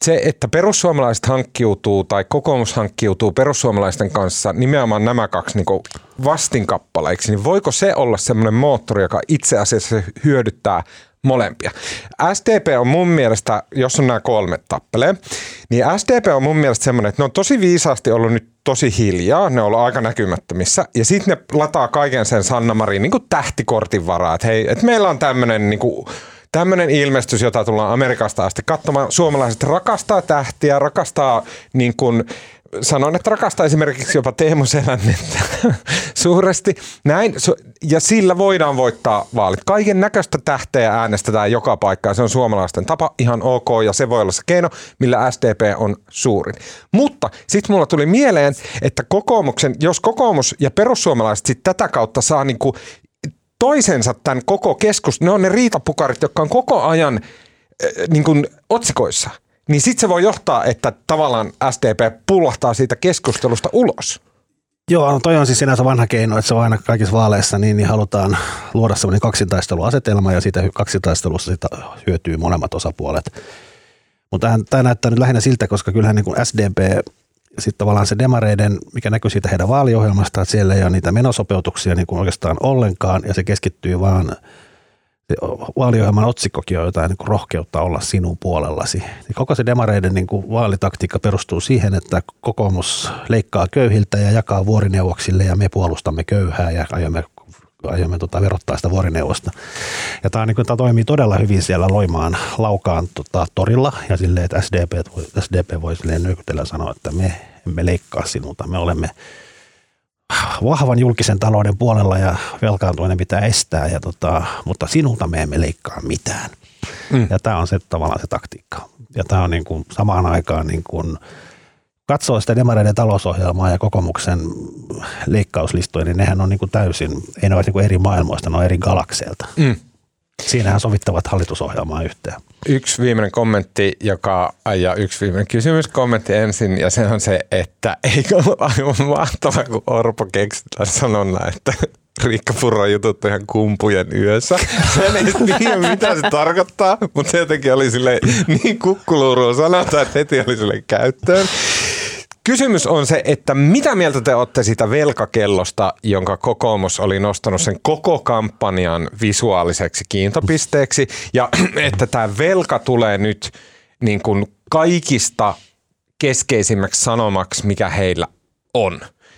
se, että perussuomalaiset hankkiutuu tai kokoomus hankkiutuu perussuomalaisten kanssa nimenomaan nämä kaksi niin kuin vastinkappaleiksi, niin voiko se olla semmoinen moottori, joka itse asiassa hyödyttää molempia? S D P on mun mielestä, jos on nämä kolme tappelee, niin S D P on mun mielestä semmoinen, että ne on tosi viisaasti ollut nyt tosi hiljaa, ne on ollut aika näkymättömissä, ja sitten ne lataa kaiken sen Sanna Marin niin kuin tähtikortin varaa, että hei, että meillä on tämmöinen niin kuin tämmöinen ilmestys, jota tullaan Amerikasta asti katsomaan. Suomalaiset rakastaa tähtiä, rakastaa niin kuin, sanon, että rakastaa esimerkiksi jopa Teemu Selännettä suuresti. Näin, ja sillä voidaan voittaa vaalit. Kaiken näköistä tähteä äänestetään joka paikkaan. Se on suomalaisten tapa, ihan ok, ja se voi olla se keino, millä S D P on suurin. Mutta sitten mulla tuli mieleen, että kokoomuksen, jos kokoomus ja perussuomalaiset sitten tätä kautta saa niin kuin toisensa tämän koko keskustelun, ne on ne riitapukarit, jotka on koko ajan äh, niin kuin otsikoissa, niin sitten se voi johtaa, että tavallaan S D P pullahtaa siitä keskustelusta ulos. Joo, no toi on siis sinänsä vanha keino, että se on aina kaikissa vaaleissa, niin, niin halutaan luoda semmoinen kaksintaisteluasetelma ja siitä kaksintaistelussa sitä hyötyy molemmat osapuolet. Mutta tämä näyttää nyt lähinnä siltä, koska kyllähän niin kuin S D P, sitten tavallaan se demareiden, mikä näkyy siitä heidän vaaliohjelmastaan, että siellä ei ole niitä menosopeutuksia niin kuin oikeastaan ollenkaan, ja se keskittyy vaan, se vaaliohjelman otsikkokin on jotain niin kuin rohkeutta olla sinun puolellasi. Niin koko se demareiden niin kuin vaalitaktiikka perustuu siihen, että kokoomus leikkaa köyhiltä ja jakaa vuorineuvoksille, ja me puolustamme köyhää ja aiomme, aiomme tota, verottaa sitä vuorineuvosta. Ja tämä, niin kuin, tämä toimii todella hyvin siellä Loimaan Laukaan tota, torilla, ja silleen, että S D P, S D P voi silleen nykytellä sanoa, että me emme leikkaa sinulta, me olemme vahvan julkisen talouden puolella ja velkaantuminen pitää estää, ja tota, mutta sinulta me emme leikkaa mitään. Mm. Ja tämä on se tavallaan se taktiikka. Ja tämä on niin kuin samaan aikaan niin kuin katsoo sitä demareiden talousohjelmaa ja kokoomuksen leikkauslistoja, niin nehän on niin kuin täysin, ei ne ole niin kuin eri maailmoista, ne on eri galakseilta. Mm. Siinähän sovittavat hallitusohjelmaa yhteen. Yksi viimeinen kommentti, joka, ja yksi viimeinen kysymys, kommentti ensin, ja se on se, että eikö ole aivan mahtavaa, kun Orpo keksi sanonna, että Riikka Purra on jututtu ihan kumpujen yössä. Sen ei tiedä, mitä se tarkoittaa, mutta se jotenkin oli silleen niin kukkuluurua sanota, että heti oli silleen käyttöön. Kysymys on se, että mitä mieltä te olette siitä velkakellosta, jonka kokoomus oli nostanut sen koko kampanjan visuaaliseksi kiintopisteeksi, ja että tämä velka tulee nyt niin kuin kaikista keskeisimmäksi sanomaksi, mikä heillä on.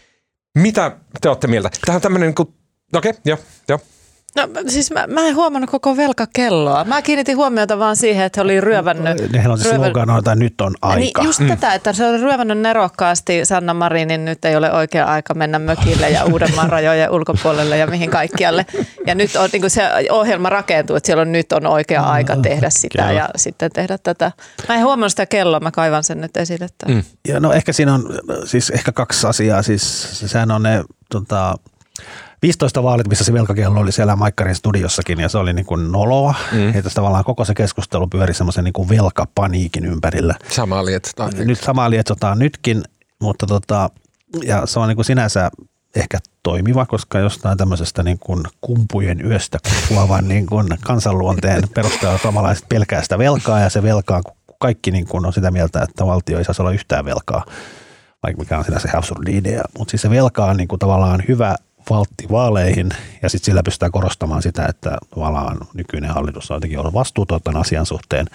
Mitä te olette mieltä? Tämä on tämmöinen, niin kuin, okei, okay, joo, joo. No siis mä, mä en huomannut koko velkakelloa. Mä kiinnitin huomiota vaan siihen, että he oli ryövännyt. Nehän on se ryövän... slogan, että nyt on aika. Niin just mm. tätä, että se oli ryövännyt nerokkaasti Sanna Marinin, nyt ei ole oikea aika mennä mökille ja Uudenmaan rajojen ulkopuolelle ja mihin kaikkialle. Ja nyt on, niin kuin se ohjelma rakentuu, että siellä on nyt on oikea aika tehdä sitä Kyllä. ja sitten tehdä tätä. Mä en huomannut sitä kelloa, mä kaivan sen nyt esille. Mm. Ja no ehkä siinä on siis ehkä kaksi asiaa. Siis sehän on ne tota, viisitoista vaalit, missä se velkakello oli siellä Maikkarin studiossakin, ja se oli niin kuin noloa. Mm. Että tavallaan koko se keskustelu pyöri semmoisen niin kuin velkapaniikin ympärillä. Samaa lietsotaan. Nyt samaa lietsotaan nytkin, mutta tota, ja se on niin kuin sinänsä ehkä toimiva, koska jostain tämmöisestä niin kuin kumpujen yöstä kumpuavan niin kuin kansanluonteen perusteella suomalaiset pelkää sitä velkaa, ja se velkaa, kaikki niin kuin on sitä mieltä, että valtio ei saisi olla yhtään velkaa, vaikka mikä on sinänsä absurdi idea. Mutta siis se velka on niin kuin tavallaan hyvä valtti vaaleihin, ja sitten sillä pystytään korostamaan sitä, että tavallaan nykyinen hallitus on jotenkin ollut vastuuton tämän asian suhteen.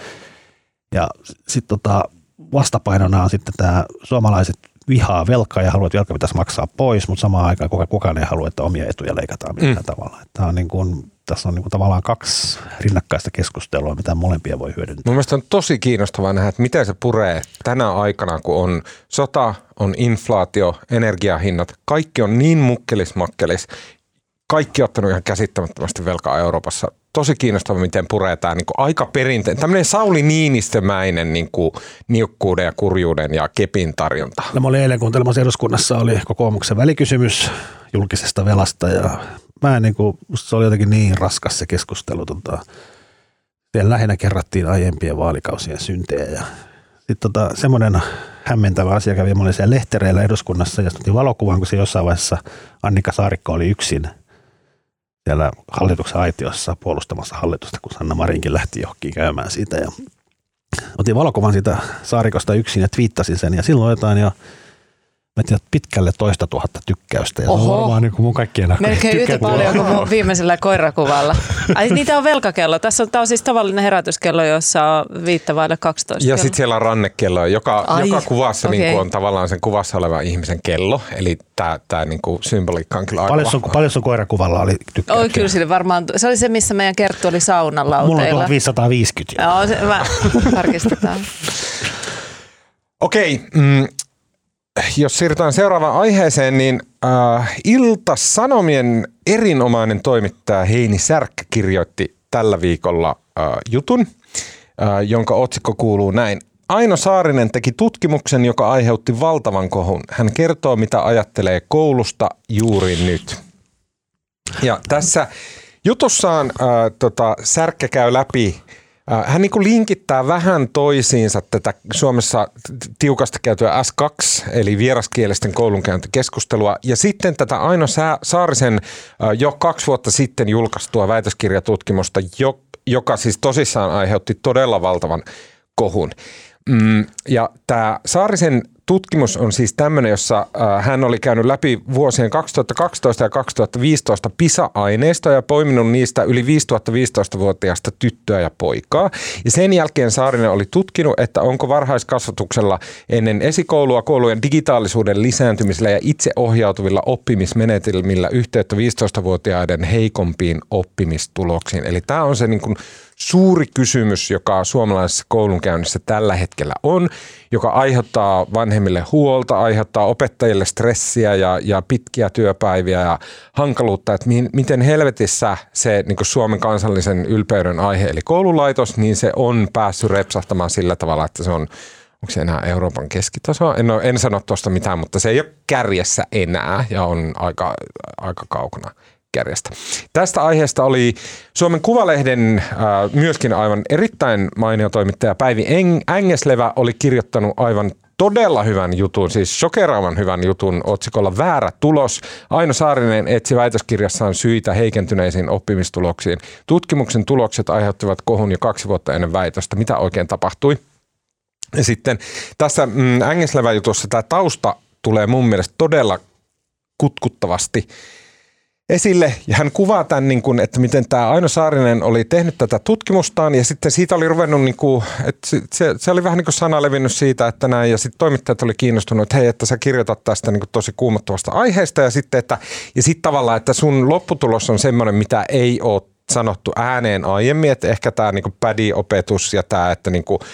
Ja sitten tota, vastapainona on sitten tämä suomalaiset vihaa velkaa ja haluaa, että velka pitäisi maksaa pois, mutta samaan aikaan kukaan ei halua, että omia etuja leikataan millään mm. tavalla. Tämä on niin kuin, tässä on niin kuin tavallaan kaksi rinnakkaista keskustelua, mitä molempia voi hyödyntää. Mun mielestä on tosi kiinnostavaa nähdä, että miten se puree tänä aikana, kun on sota, on inflaatio, energiahinnat, kaikki on niin mukkelis-makkelis. Kaikki on ottanut ihan käsittämättömästi velkaa Euroopassa. Tosi kiinnostavaa, miten puree tämä niin kuin aika perinteinen, tämmöinen Sauli Niinistömäinen niin kuin niukkuuden ja kurjuuden ja kepin tarjonta. No, mä olin eilen kuuntelemassa eduskunnassa, oli kokoomuksen välikysymys julkisesta velasta, ja mä en niin kuin, se oli jotenkin niin raskas se keskustelu. Tota, siellä lähinnä kerrattiin aiempien vaalikausien syntejä, ja sitten tota, semmoinen hämmentävä asia kävi, mä olin siellä lehtereillä eduskunnassa, ja otin valokuvan, kun se jossain vaiheessa Annika Saarikko oli yksin siellä hallituksen aitiossa puolustamassa hallitusta, kun Sanna Marinkin lähti johonkin käymään siitä. Ja otin valokuvan siitä Saarikosta yksin ja twiittasin sen ja silloin jotain jo mä tiedän, pitkälle toista tuhatta tykkäystä ja Oho. se on varmaan niin kuin mun kaikkien melkein yhtä paljon kuin mun viimeisellä koirakuvalla. Ai niitä on velkakello. Tässä on, tää on siis tavallinen herätyskello, jossa on viittä vaille kaksitoista. Ja sitten siellä on rannekello, joka, joka kuvassa okay. niin kuin on tavallaan sen kuvassa oleva ihmisen kello. Eli tämä tää, niin kuin symboliikka on kyllä aika paljon sun, paljon sun koirakuvalla oli tykkäyksiä? Oi kyllä sille varmaan. Se oli se, missä meidän Kerttu oli saunan lauteilla. Mulla on tuhatviisisataaviisikymmentä. Joo, se, mä tarkistetaan. Okei, okay, mm, jos siirrytään seuraavaan aiheeseen, niin äh, Ilta-Sanomien erinomainen toimittaja Heini Särkkä kirjoitti tällä viikolla äh, jutun, äh, jonka otsikko kuuluu näin. Aino Saarinen teki tutkimuksen, joka aiheutti valtavan kohun. Hän kertoo, mitä ajattelee koulusta juuri nyt. Ja tässä jutussaan äh, tota, Särkkä käy läpi. Hän niin kuin linkittää vähän toisiinsa tätä Suomessa tiukasti käytyä S kaksi, eli vieraskielisten koulunkäyntikeskustelua, ja sitten tätä Aino Saarisen jo kaksi vuotta sitten julkaistua väitöskirjatutkimusta, joka siis tosissaan aiheutti todella valtavan kohun. Ja tämä Saarisen tutkimus on siis tämmöinen, jossa hän oli käynyt läpi vuosien kaksituhattakaksitoista ja kaksituhattaviisitoista PISA-aineistoja ja poiminut niistä yli viisituhatta viisitoistavuotiaista tyttöä ja poikaa. Ja sen jälkeen Saarinen oli tutkinut, että onko varhaiskasvatuksella ennen esikoulua koulujen digitaalisuuden lisääntymisellä ja itseohjautuvilla oppimismenetelmillä yhteyttä viisitoistavuotiaiden heikompiin oppimistuloksiin. Eli tämä on se niin kuin suuri kysymys, joka suomalaisessa koulunkäynnissä tällä hetkellä on, joka aiheuttaa vanhemmille huolta, aiheuttaa opettajille stressiä ja, ja pitkiä työpäiviä ja hankaluutta, että mi- miten helvetissä se niin kuin Suomen kansallisen ylpeyden aihe, eli koululaitos, niin se on päässyt repsahtamaan sillä tavalla, että se on, onko se enää Euroopan keskitasoa? En, ole, en sano tuosta mitään, mutta se ei ole kärjessä enää ja on aika, aika kaukana kärjestä. Tästä aiheesta oli Suomen Kuvalehden äh, myöskin aivan erittäin mainio toimittaja Päivi Ängeslevä oli kirjoittanut aivan todella hyvän jutun, siis shokeraavan hyvän jutun otsikolla Väärä tulos. Aino Saarinen etsi väitöskirjassaan syitä heikentyneisiin oppimistuloksiin. Tutkimuksen tulokset aiheuttivat kohun jo kaksi vuotta ennen väitöstä. Mitä oikein tapahtui? Ja sitten tässä mm, Ängeslevän jutussa tämä tausta tulee mun mielestä todella kutkuttavasti esille, ja hän kuvaa tämän, niin kuin, että miten tämä Aino Saarinen oli tehnyt tätä tutkimustaan, ja sitten siitä oli ruvennut, niin kuin, että se, se oli vähän niin kuin sana levinnyt siitä, että näin, ja sitten toimittajat oli kiinnostunut, että hei, että sä kirjoitat tästä niin kuin tosi kuumottavasta aiheesta, ja sitten että, ja sitten tavallaan, että sun lopputulos on semmoinen, mitä ei ole sanottu ääneen aiemmin, että ehkä tämä niin kuin pädi-opetus ja tämä, että niin kuin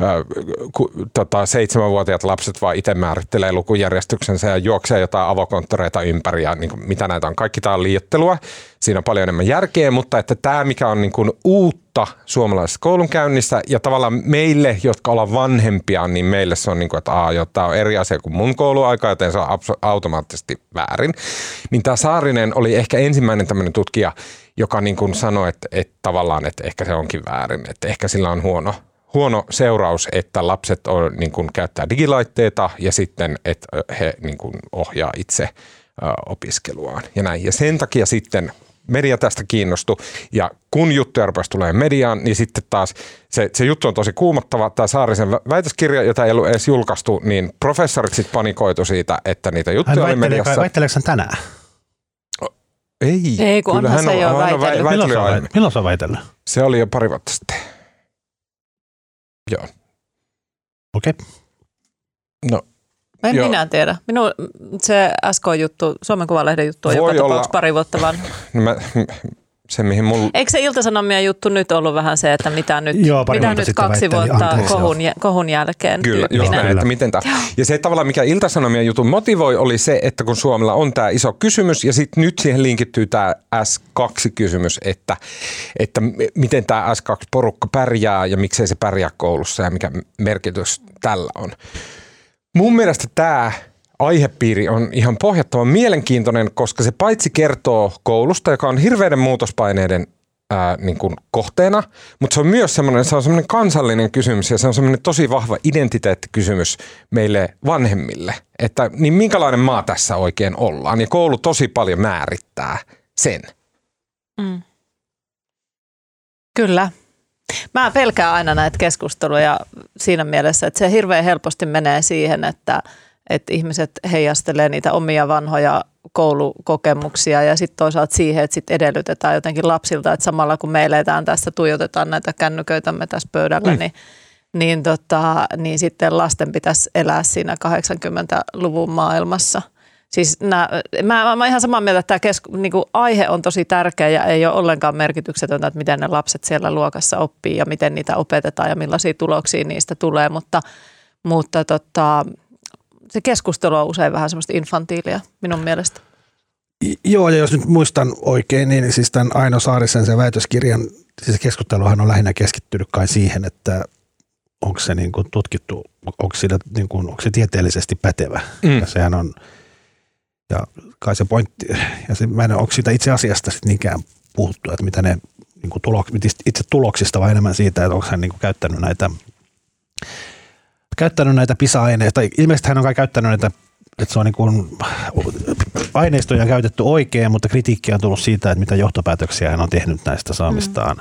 Ku, tota, seitsemänvuotiaat lapset vaan itse määrittelee lukujärjestyksensä ja juoksee jotain avokonttoreita ympäri ja niin kuin, mitä näitä on. Kaikki tämä on liioittelua. Siinä on paljon enemmän järkeä, mutta että tämä, mikä on niin kuin uutta suomalaisessa koulunkäynnissä ja tavallaan meille, jotka ollaan vanhempia, niin meille se on niin kuin, että aah, jo, tämä on eri asia kuin mun kouluaika, joten se on automaattisesti väärin. Niin tämä Saarinen oli ehkä ensimmäinen tämmöinen tutkija, joka niin kuin sanoi, että, että tavallaan, että ehkä se onkin väärin, että ehkä sillä on huono Huono seuraus, että lapset on, niin kuin, käyttää digilaitteita ja sitten, että he niin kuin, ohjaa itse ä, opiskeluaan ja näin. Ja sen takia sitten media tästä kiinnostui ja kun juttuja rupesi tulee mediaan, niin sitten taas se, se juttu on tosi kuumottava. Tämä Saarisen väitöskirja, jota ei ollut edes julkaistu, niin professorit sitten panikoitu siitä, että niitä juttuja oli mediassa. Väitteleekö hän tänään? Ei. Ei, kun onhan se jo väitellyt. Milloin se on väitellyt? Se oli jo pari vuotta sitten. Joo. Okei. Okay. No. En joo. minä tiedä. Minun se S K-juttu, Suomen Kuvalehden juttu on voi joka olla tapauksessa pari vuotta vanha. No mä, se, mihin mulla... Eikö se Ilta-Sanomien juttu nyt ollut vähän se, että mitä nyt, joo, mitä nyt kaksi vuotta anteeksi, kohun, kohun jälkeen? Kyllä, just näin, että miten tämä. Ja se tavallaan, mikä Ilta-Sanomien jutun motivoi, oli se, että kun Suomella on tämä iso kysymys, ja sitten nyt siihen linkittyy tämä S kaksi -kysymys, että, että miten tämä S kaksi -porukka pärjää, ja miksei se pärjää koulussa, ja mikä merkitys tällä on. Mun mielestä tämä aihepiiri on ihan pohjattoman mielenkiintoinen, koska se paitsi kertoo koulusta, joka on hirveiden muutospaineiden ää, niin kuin kohteena, mutta se on myös semmoinen, se on semmoinen kansallinen kysymys ja se on semmoinen tosi vahva identiteettikysymys meille vanhemmille, että niin minkälainen maa tässä oikein ollaan ja koulu tosi paljon määrittää sen. Mm. Kyllä. Mä pelkään aina näitä keskusteluja siinä mielessä, että se hirveän helposti menee siihen, että, että ihmiset heijastelee niitä omia vanhoja koulukokemuksia ja sitten toisaalta siihen, että sit edellytetään jotenkin lapsilta, että samalla kun me eletään tässä, tuijotetaan näitä kännyköitämme tässä pöydällä, mm. niin, niin, tota, niin sitten lasten pitäisi elää siinä kahdeksankymmentäluvun maailmassa. Siis nää, mä, mä oon ihan samaa mieltä, että tämä kesku, niinku, aihe on tosi tärkeä ja ei ole ollenkaan merkityksetöntä, että miten ne lapset siellä luokassa oppii ja miten niitä opetetaan ja millaisia tuloksia niistä tulee, mutta, mutta tota, se keskustelu on usein vähän semmoista infantiilia minun mielestä. Joo, ja jos nyt muistan oikein, niin siis tämän Aino Saarisen sen väitöskirjan, siis keskusteluhan on lähinnä keskittynyt kai siihen, että onko se niin kuin tutkittu, onko, siinä, niin kuin, onko se tieteellisesti pätevä. Mm. Ja sehän on, ja kai se pointti, ja se, mä en ole siitä itse asiasta sitten niinkään puhuttu, että mitä ne niin kuin tulok, itse tuloksista, vaan enemmän siitä, että onko hän niin kuin käyttänyt näitä, käyttänyt näitä PISA-aineita. Ilmeisesti hän on kai käyttänyt näitä, että se on niin kuin, aineistoja on käytetty oikein, mutta kritiikkiä on tullut siitä, että mitä johtopäätöksiä hän on tehnyt näistä saamistaan,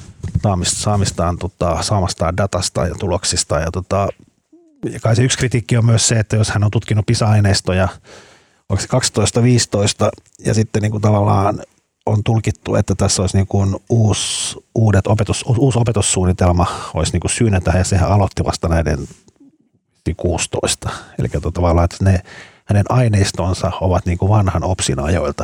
mm. saamistaan, tota, saamastaan datasta ja tuloksista. Ja, tota, ja kai se yksi kritiikki on myös se, että jos hän on tutkinut PISA-aineistoja, onko se kaksitoista viisitoista ja sitten niin kuin tavallaan on tulkittu, että tässä olisi niin kuin uusi, uudet opetus, uusi opetussuunnitelma olisi niin kuin syynä tähän, ja sehän aloitti vasta näiden kuusitoista. Eli tavallaan, että ne hänen aineistonsa ovat niin kuin vanhan opsin ajoilta.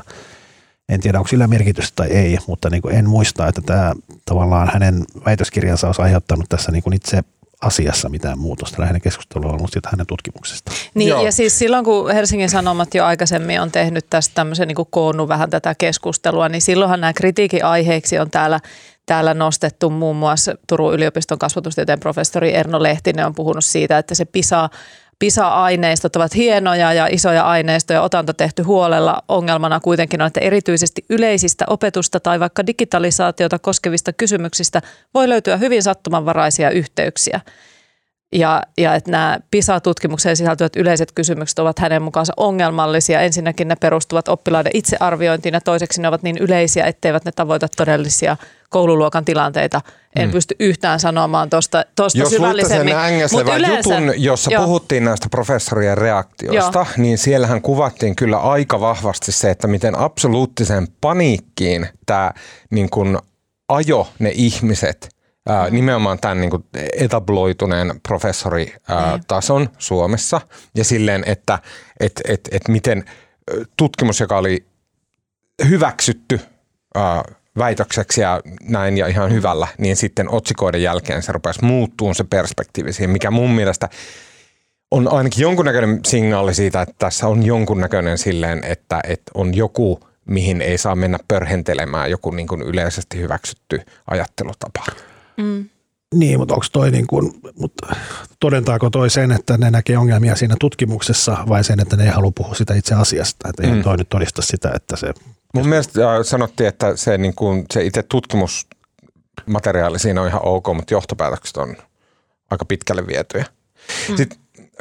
En tiedä, onko sillä merkitystä tai ei, mutta niin kuin en muista, että tämä tavallaan hänen väitöskirjansa olisi aiheuttanut tässä niin kuin itse asiassa mitään muutosta. Lähinnä keskustelua on ollut siitä hänen tutkimuksesta. Niin, Joo. ja siis silloin, kun Helsingin Sanomat jo aikaisemmin on tehnyt tästä tämmöisen niin kuin koonnut vähän tätä keskustelua, niin silloinhan nämä kritiikin aiheeksi on täällä Täällä nostettu muun muassa Turun yliopiston kasvatustieteen professori Erno Lehtinen on puhunut siitä, että se PISA, PISA-aineistot ovat hienoja ja isoja aineistoja, otanta tehty huolella. Ongelmana kuitenkin on, että erityisesti yleisistä opetusta tai vaikka digitalisaatiota koskevista kysymyksistä voi löytyä hyvin sattumanvaraisia yhteyksiä. Ja, ja että nämä PISA-tutkimukseen sisältyvät yleiset kysymykset ovat hänen mukaansa ongelmallisia. Ensinnäkin ne perustuvat oppilaiden itsearviointiin ja toiseksi ne ovat niin yleisiä, etteivät ne tavoita todellisia koululuokan tilanteita. En mm. pysty yhtään sanomaan tuosta syvällisemmin. Jos luitte sen ängeslevän jutun, jossa jo. puhuttiin näistä professorien reaktioista, jo. niin siellähän kuvattiin kyllä aika vahvasti se, että miten absoluuttiseen paniikkiin tämä niin kuin ajo ne ihmiset, Ää, nimenomaan tämän niin kuin etabloituneen professoritason Suomessa ja silleen, että et, et, et miten tutkimus, joka oli hyväksytty ää, väitökseksi ja näin ja ihan hyvällä, niin sitten otsikoiden jälkeen se rupesi muuttumaan se perspektiivi siihen, mikä mun mielestä on ainakin jonkunnäköinen signaali siitä, että tässä on jonkunnäköinen silleen, että, että on joku, mihin ei saa mennä pörhentelemään, joku niin kuin yleisesti hyväksytty ajattelutapa. Mm. Niin, mutta onko toi niin kuin, mutta todentaako toi sen, että ne näkee ongelmia siinä tutkimuksessa vai sen, että ne ei halua puhua sitä itse asiasta? Että ei mm. toi nyt todista sitä, että se... Mun mielestä sanottiin, että se, niin kuin, se itse tutkimusmateriaali siinä on ihan ok, mutta johtopäätökset on aika pitkälle vietyjä. Mm. Sitten,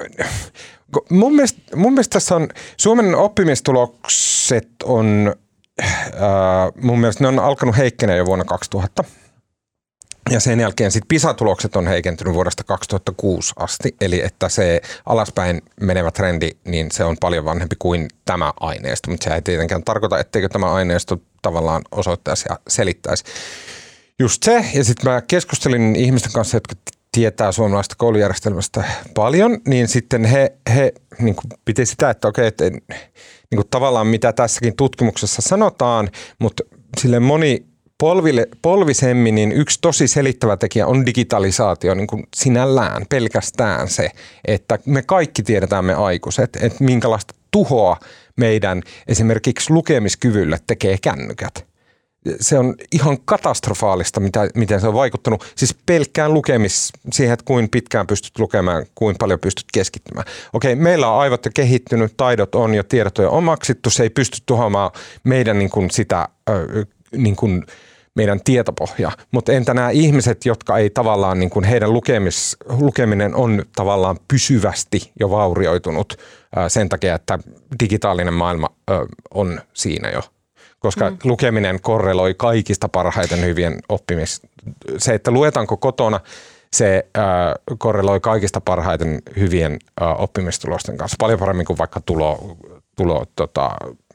mun, mielestä, mun mielestä tässä on, Suomen oppimistulokset on, äh, mun mielestä ne on alkanut heikkenä jo vuonna kaksituhatta. Ja sen jälkeen sitten PISA-tulokset on heikentynyt vuodesta kaksituhattakuusi asti, eli että se alaspäin menevä trendi, niin se on paljon vanhempi kuin tämä aineisto, mutta se ei tietenkään tarkoita, etteikö tämä aineisto tavallaan osoittaisi ja selittäisi. Just se, ja sitten mä keskustelin ihmisten kanssa, jotka tietää suomalaista koulujärjestelmästä paljon, niin sitten he, he niin kuin piti sitä, että okei, että niin kuin tavallaan mitä tässäkin tutkimuksessa sanotaan, mutta sille moni Polville, polvisemmin, niin yksi tosi selittävä tekijä on digitalisaatio niin kuin sinällään, pelkästään se, että me kaikki tiedetään me aikuiset, että minkälaista tuhoa meidän esimerkiksi lukemiskyvylle tekee kännykät. Se on ihan katastrofaalista, mitä, miten se on vaikuttanut. Siis pelkkään lukemis siihen, että kuinka pitkään pystyt lukemaan, kuinka paljon pystyt keskittymään. Okei, meillä on aivot jo kehittynyt, taidot on jo, tiedot on jo omaksittu, se ei pysty tuhoamaan meidän niin kuin sitä... niin kuin meidän tietopohja, mutta entä nämä ihmiset, jotka ei tavallaan, niin kuin heidän lukemis, lukeminen on tavallaan pysyvästi jo vaurioitunut ää, sen takia, että digitaalinen maailma ää, on siinä jo. koska mm. lukeminen korreloi kaikista parhaiten hyvien oppimis. Se, että luetaanko kotona, se äh, korreloi kaikista parhaiten hyvien äh, oppimistulosten kanssa. Paljon paremmin kuin vaikka tulo, tulo tota,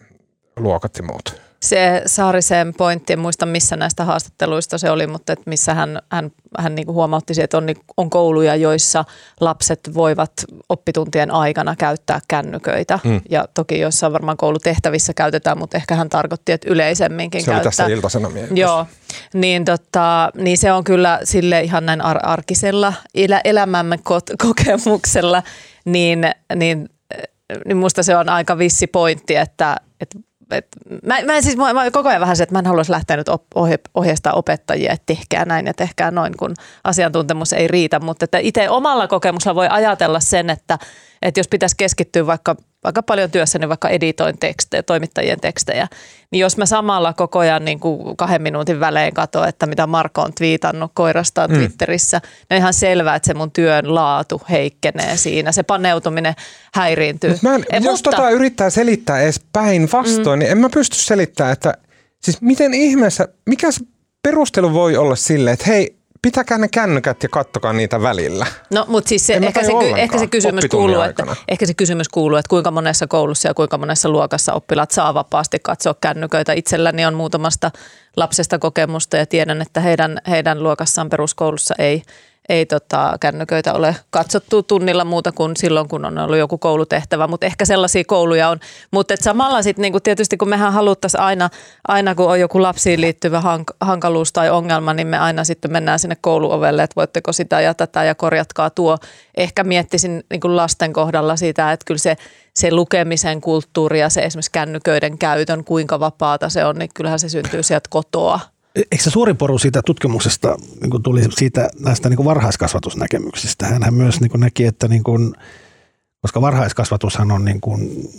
luokat ja muut. Se Saarisen pointti, en muista missä näistä haastatteluista se oli, mutta että missä hän, hän, hän niin kuin huomautti, että on, on kouluja, joissa lapset voivat oppituntien aikana käyttää kännyköitä. Mm. Ja toki joissain varmaan koulutehtävissä käytetään, mutta ehkä hän tarkoitti, että yleisemminkin se käyttää. Se oli tässä Ilta-Sanomia. Joo, niin, tota, niin se on kyllä sille ihan näin ar- arkisella elä, elämämme ko- kokemuksella, niin, niin, niin musta se on aika vissi pointti, että, että Et mä, mä en siis mä, mä koko ajan vähän se, että mä en haluaisi lähteä nyt ohje, ohjeistaa opettajia, että tehkää näin ja tehkää noin, kun asiantuntemus ei riitä. Mutta että itse omalla kokemuksella voi ajatella sen, että, että jos pitäisi keskittyä vaikka, vaikka paljon työssä, niin vaikka editoin tekstejä, toimittajien tekstejä, niin jos mä samalla koko ajan niin kuin kahden minuutin välein katson, että mitä Marko on twiitannut koirastaan mm. Twitterissä, niin on ihan selvää, että se mun työn laatu heikkenee siinä. Se paneutuminen häiriintyy. Mä en, e, jos mutta, tota yrittää selittää edes päinvastoin, mm. niin en mä pysty selittämään, että siis miten ihmeessä, mikä se perustelu voi olla sille, että hei, pitäkää ne kännykät ja kattokaa niitä välillä. No, mutta siis se, ehkä, se, ehkä, se kysymys kuuluu, että, ehkä se kysymys kuuluu, että kuinka monessa koulussa ja kuinka monessa luokassa oppilaat saa vapaasti katsoa kännyköitä. Itselläni on muutamasta lapsesta kokemusta ja tiedän, että heidän, heidän luokassaan peruskoulussa ei, ei tota, kännyköitä ole katsottu tunnilla muuta kuin silloin, kun on ollut joku koulutehtävä, mutta ehkä sellaisia kouluja on. Mutta samalla sitten niinku tietysti, kun mehän haluttaisiin aina, aina, kun on joku lapsiin liittyvä hank- hankaluus tai ongelma, niin me aina sitten mennään sinne kouluovelle, että voitteko sitä ja tätä ja korjatkaa tuo. Ehkä miettisin niinku lasten kohdalla sitä, että kyllä se, se lukemisen kulttuuri ja se esimerkiksi kännyköiden käytön, kuinka vapaata se on, niin kyllähän se syntyy sieltä kotoa. Eikö se suurin poru siitä tutkimuksesta niin tuli siitä näistä niin varhaiskasvatusnäkemyksistä? Hänhän myös niin näki, että niin kuin, koska varhaiskasvatushan on niin kuin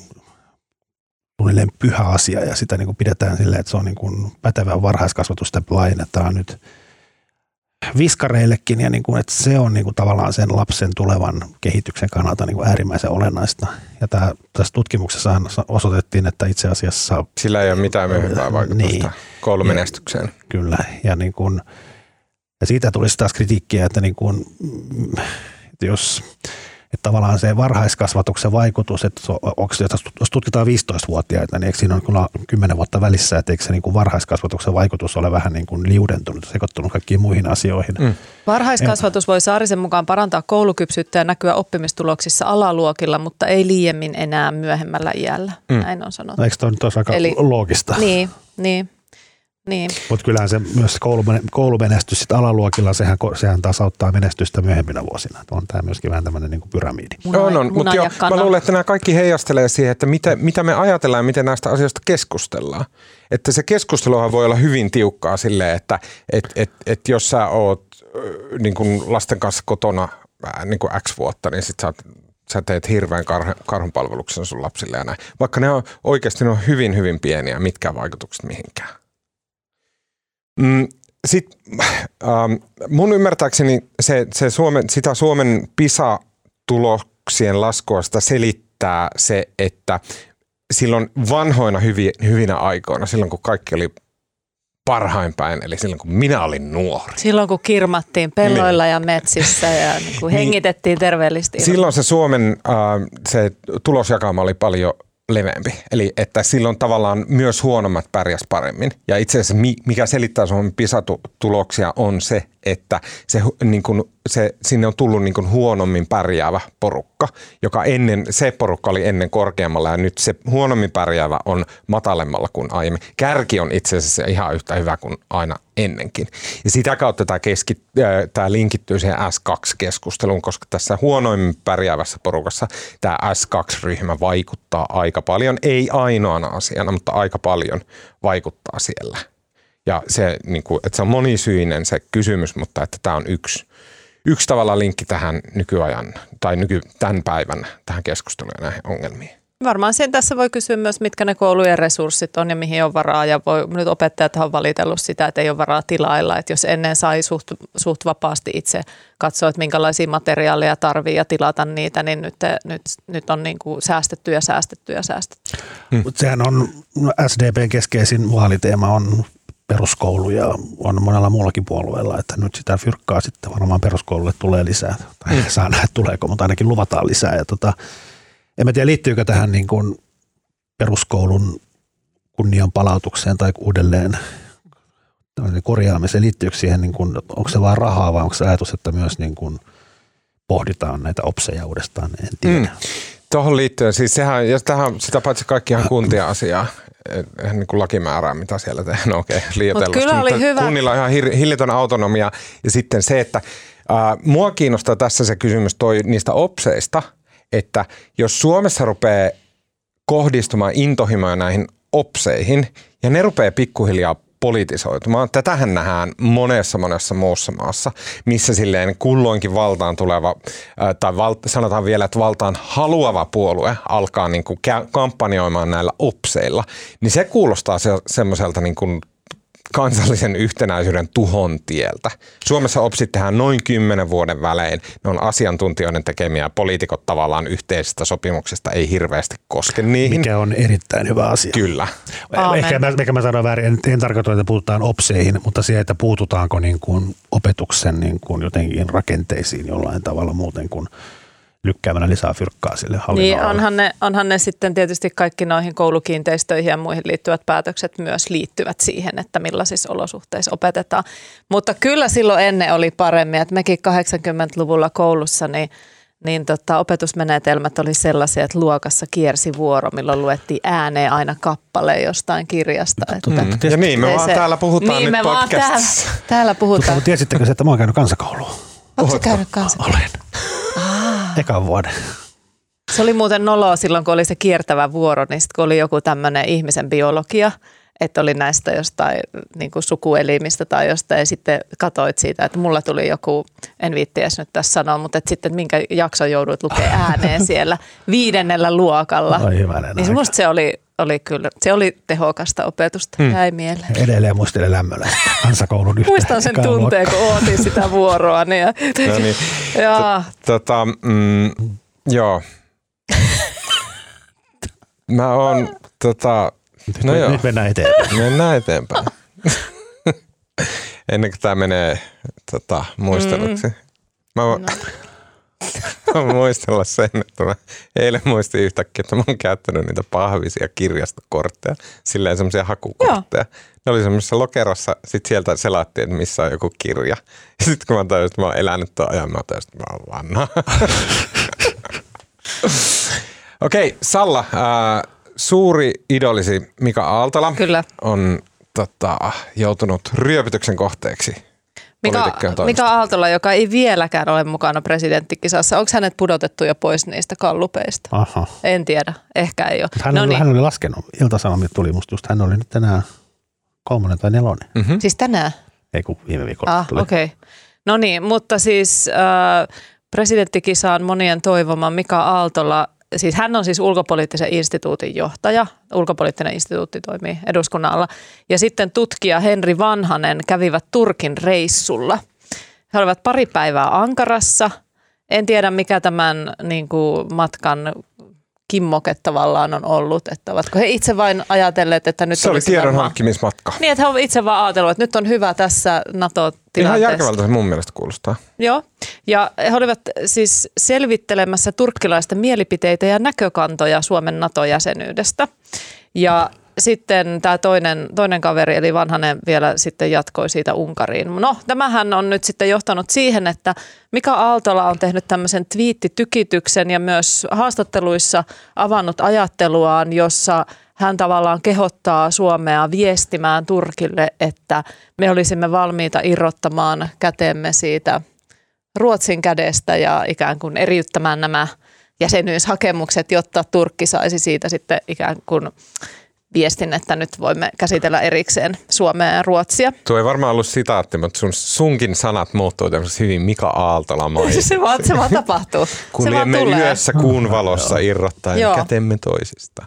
suunnilleen pyhä asia ja sitä niin kuin pidetään silleen, että se on niin kuin pätevä varhaiskasvatusta laajennetaan nyt viskareillekin ja niin kuin, että se on niin kuin tavallaan sen lapsen tulevan kehityksen kannalta niin kuin äärimmäisen olennaista. Ja tämä, tässä tutkimuksessa osoitettiin, että itse asiassa sillä ei ole mitään myöhempää vaikutusta niin, koulumenestykseen. Ja, kyllä. Ja, niin kuin, ja siitä tulisi taas kritiikkiä, että, niin kuin, että jos että tavallaan se varhaiskasvatuksen vaikutus, että onko, jos tutkitaan viisitoistavuotiaita, niin eikö siinä ole kyllä kymmenen vuotta välissä, että eikö se niin kuin varhaiskasvatuksen vaikutus ole vähän niin kuin liudentunut, sekoittunut kaikkiin muihin asioihin. Mm. Varhaiskasvatus voi Saarisen mukaan parantaa koulukypsyyttä ja näkyä oppimistuloksissa alaluokilla, mutta ei liiemmin enää myöhemmällä iällä. Mm. Näin on sanottu. No, eikö toi nyt olisi aika Eli, loogista? Niin, niin. Niin. Mutta kyllähän se myös koulumenestys sit alaluokilla, sehän, sehän taas auttaa menestystä myöhempinä vuosina. On tämä myöskin vähän tämmöinen niin kuin pyramidi. On, on. Mutta jo, mä luulen, että nämä kaikki heijastelee siihen, että mitä, mitä me ajatellaan ja miten näistä asioista keskustellaan. Että se keskusteluhan voi olla hyvin tiukkaa silleen, että et, et, et jos sä oot niin kuin lasten kanssa kotona niin kuin X vuotta, niin sit sä oot sä teet hirveän kar- karhunpalveluksen sun lapsille ja näin. Vaikka ne on oikeasti ne on hyvin, hyvin pieniä, mitkä vaikutukset mihinkään. Sitten ähm, mun ymmärtääkseni se, se Suomen, sitä Suomen PISA-tuloksien laskua sitä selittää se, että silloin vanhoina hyvi, hyvinä aikoina, silloin kun kaikki oli parhain päin, eli silloin kun minä olin nuori. Silloin kun kirmattiin pelloilla niin. ja metsissä ja niin kuin hengitettiin niin, terveellisesti. Silloin se Suomen äh, se tulosjakauma oli paljon leveämpi. Eli että silloin tavallaan myös huonommat pärjäs paremmin. Ja itse asiassa mikä selittää Suomen PISA-tuloksia on se, että se, niin kuin, se, sinne on tullut niin kuin huonommin pärjäävä porukka, joka ennen, se porukka oli ennen korkeammalla ja nyt se huonommin pärjäävä on matalemmalla kuin aiemmin. Kärki on itse asiassa ihan yhtä hyvä kuin aina ennenkin. Ja sitä kautta tämä, keskit, tämä linkittyy siihen S kaksi -keskusteluun, koska tässä huonoimmin pärjäävässä porukassa tämä S kaksi -ryhmä vaikuttaa aika paljon, ei ainoana asiana, mutta aika paljon vaikuttaa siellä. Ja se, niin kuin, että se on monisyinen se kysymys, mutta että tämä on yksi, yksi tavalla linkki tähän nykyajan tai nyky, tämän päivän tähän keskusteluun ja näihin ongelmiin. Varmaan sen tässä voi kysyä myös, mitkä ne koulujen resurssit on ja mihin on varaa. Ja voi, nyt opettajat on valitellut sitä, että ei ole varaa tilailla. Että jos ennen sai suht, suht vapaasti itse katsoa, että minkälaisia materiaaleja tarvii ja tilata niitä, niin nyt, nyt, nyt on niin kuin säästetty ja säästetty ja säästetty. Hmm. Mutta sehän on, S D P:n keskeisin vaaliteema on peruskoulu ja on monella muullakin puolueella, että nyt sitä fyrkkaa sitten varmaan peruskoululle tulee lisää. Tai hmm. saa nähdä tuleeko, mutta ainakin luvataan lisää. Ja tota, en mä tiedä, liittyykö tähän niin kuin peruskoulun kunnian palautukseen tai uudelleen korjaamiseen, liittyykö siihen, niin kuin, onko se vaan rahaa vai onko se ajatus, että myös niin kuin pohditaan näitä opseja uudestaan, en tiedä. Mm. Tuohon liittyen, siis sehän, ja tähän, sitä paitsi kaikki ihan kuntien asiaa, eihän niin kuin lakimäärää, mitä siellä tehdään, no okei, okay, liioitellusti. Mut kyllä oli mutta hyvä. Kunnilla on ihan hir- hillitön autonomia, ja sitten se, että äh, mua kiinnostaa tässä se kysymys toi niistä opseista, että jos Suomessa rupeaa kohdistumaan intohimoja näihin opseihin, ja ne rupeaa pikkuhiljaa politisoitumaan. Tätähän nähdään monessa monessa muussa maassa, missä silleen kulloinkin valtaan tuleva, tai val, sanotaan vielä, että valtaan haluava puolue alkaa niin kuin kampanjoimaan näillä opseilla, niin se kuulostaa se, semmoiselta niin kuin kansallisen yhtenäisyyden tuhon tieltä. Suomessa opsit tehdään noin kymmenen vuoden välein. Ne on asiantuntijoiden tekemiä, poliitikot tavallaan yhteisestä sopimuksesta ei hirveästi koske niihin. Mikä on erittäin hyvä asia. Kyllä. Ehkä mä, ehkä mä sanon väärin, en, en tarkoita, että puututaan opseihin, mutta se, että puututaanko niin kuin opetuksen niin kuin jotenkin rakenteisiin jollain tavalla muuten kuin lykkäämällä lisää fyrkkaa sille hallinnolle. Niin onhan ne, onhan ne sitten tietysti kaikki noihin koulukiinteistöihin ja muihin liittyvät päätökset myös liittyvät siihen, että millaisissa olosuhteissa opetetaan. Mutta kyllä silloin ennen oli paremmin, että mekin kahdeksankymmentäluvulla koulussa niin, niin tota, opetusmenetelmät oli sellaisia, että luokassa kiersi vuoro, milloin luettiin ääneen aina kappale jostain kirjasta. Että mm. Ja niin, me vaan se, täällä puhutaan niin nyt podcastissa. Täällä, täällä puhutaan. Mutta tiesittekö se, että mä oon käynyt kansakouluun? Oletko käynyt kansakouluun? Olen. Ekan vuoden. Se oli muuten noloa silloin, kun oli se kiertävä vuoro, niin sitten kun oli joku tämmöinen ihmisen biologia, että oli näistä jostain niin kuin sukuelimistä tai jostain, ja sitten katsoit siitä, että mulla tuli joku, en viitti edes nyt tässä sanoa, mutta että sitten minkä jakson jouduit lukemaan ääneen siellä viidennellä luokalla. Ai hyvänen niin musta se oli, oli kyllä, se oli tehokasta opetusta, hmm. jäi mieleen. Edelleen muistelen lämmöllä kansakoulun yhtä. Muistan sen tunteen, kun ootin sitä vuoroa. Niin ja, no niin. ja. Tota, mm, joo. Mä oon, tota, no nyt, joo. nyt mennään eteenpäin. Mennään eteenpäin. Ennen kuin tää menee tota, muisteluksi. Mä voin no. muistella sen, että mä eilen muistin yhtäkkiä, että mä oon käyttänyt niitä pahvisia kirjastokortteja, silleen semmoisia hakukortteja. Joo. Ne oli semmoisessa lokerossa, sit sieltä selattiin, että missä on joku kirja. Ja sit kun mä tajusin, että mä oon elänyt tuon ajan, mä tajusin, että mä oon vanha. Okei, okay, Salla, äh, suuri idolisi Mika Aaltola Kyllä. on tota, joutunut ryöpytyksen kohteeksi. Mika, Mika Aaltola, joka ei vieläkään ole mukana presidenttikisassa. Onko hänet pudotettu jo pois niistä kallupeista? Aha. En tiedä, ehkä ei ole. Hän, no oli, niin. hän oli laskenut, Ilta-Sanomit tuli musta just, hän oli nyt tänään kolmonen tai nelonen. Mm-hmm. Siis tänään? Ei kun viime viikolla ah, tuli. Okei. Okay. No niin, mutta siis äh, presidenttikisaan monien toivoma Mika Aaltola, siis hän on siis ulkopoliittisen instituutin johtaja. Ulkopoliittinen instituutti toimii eduskunnan alla. Ja sitten tutkija Henri Vanhanen kävivät Turkin reissulla. He olivat pari päivää Ankarassa. En tiedä, mikä tämän niin kuin, matkan kimmoke tavallaan on ollut. Että ovatko he itse vain ajatelleet, että nyt se oli tiedon hankkimismatka. Niin, että he ovat itse vaan ajatelleet, että nyt on hyvä tässä NATO-tilanteessa. Ihan järkevältä se mun mielestä kuulostaa. Joo, ja he olivat siis selvittelemässä turkkilaisten mielipiteitä ja näkökantoja Suomen NATO-jäsenyydestä. Ja sitten tämä toinen, toinen kaveri, eli Vanhanen, vielä sitten jatkoi siitä Unkariin. No, tämähän on nyt sitten johtanut siihen, että Mika Aaltola on tehnyt tämmöisen twiittitykityksen ja myös haastatteluissa avannut ajatteluaan, jossa hän tavallaan kehottaa Suomea viestimään Turkille, että me olisimme valmiita irrottamaan kätemme siitä Ruotsin kädestä ja ikään kuin eriyttämään nämä jäsenyyshakemukset, jotta Turkki saisi siitä sitten ikään kuin viestin, että nyt voimme käsitellä erikseen Suomea ja Ruotsia. Tuo ei varmaan ollut sitaatti, mutta sun, sunkin sanat muuttuu tämmöisessä hyvin Mika Aaltola-maisesti. se, vaan, se vaan tapahtuu. Kuljemme yössä kuun valossa irrottaen Joo. kätemme toisista.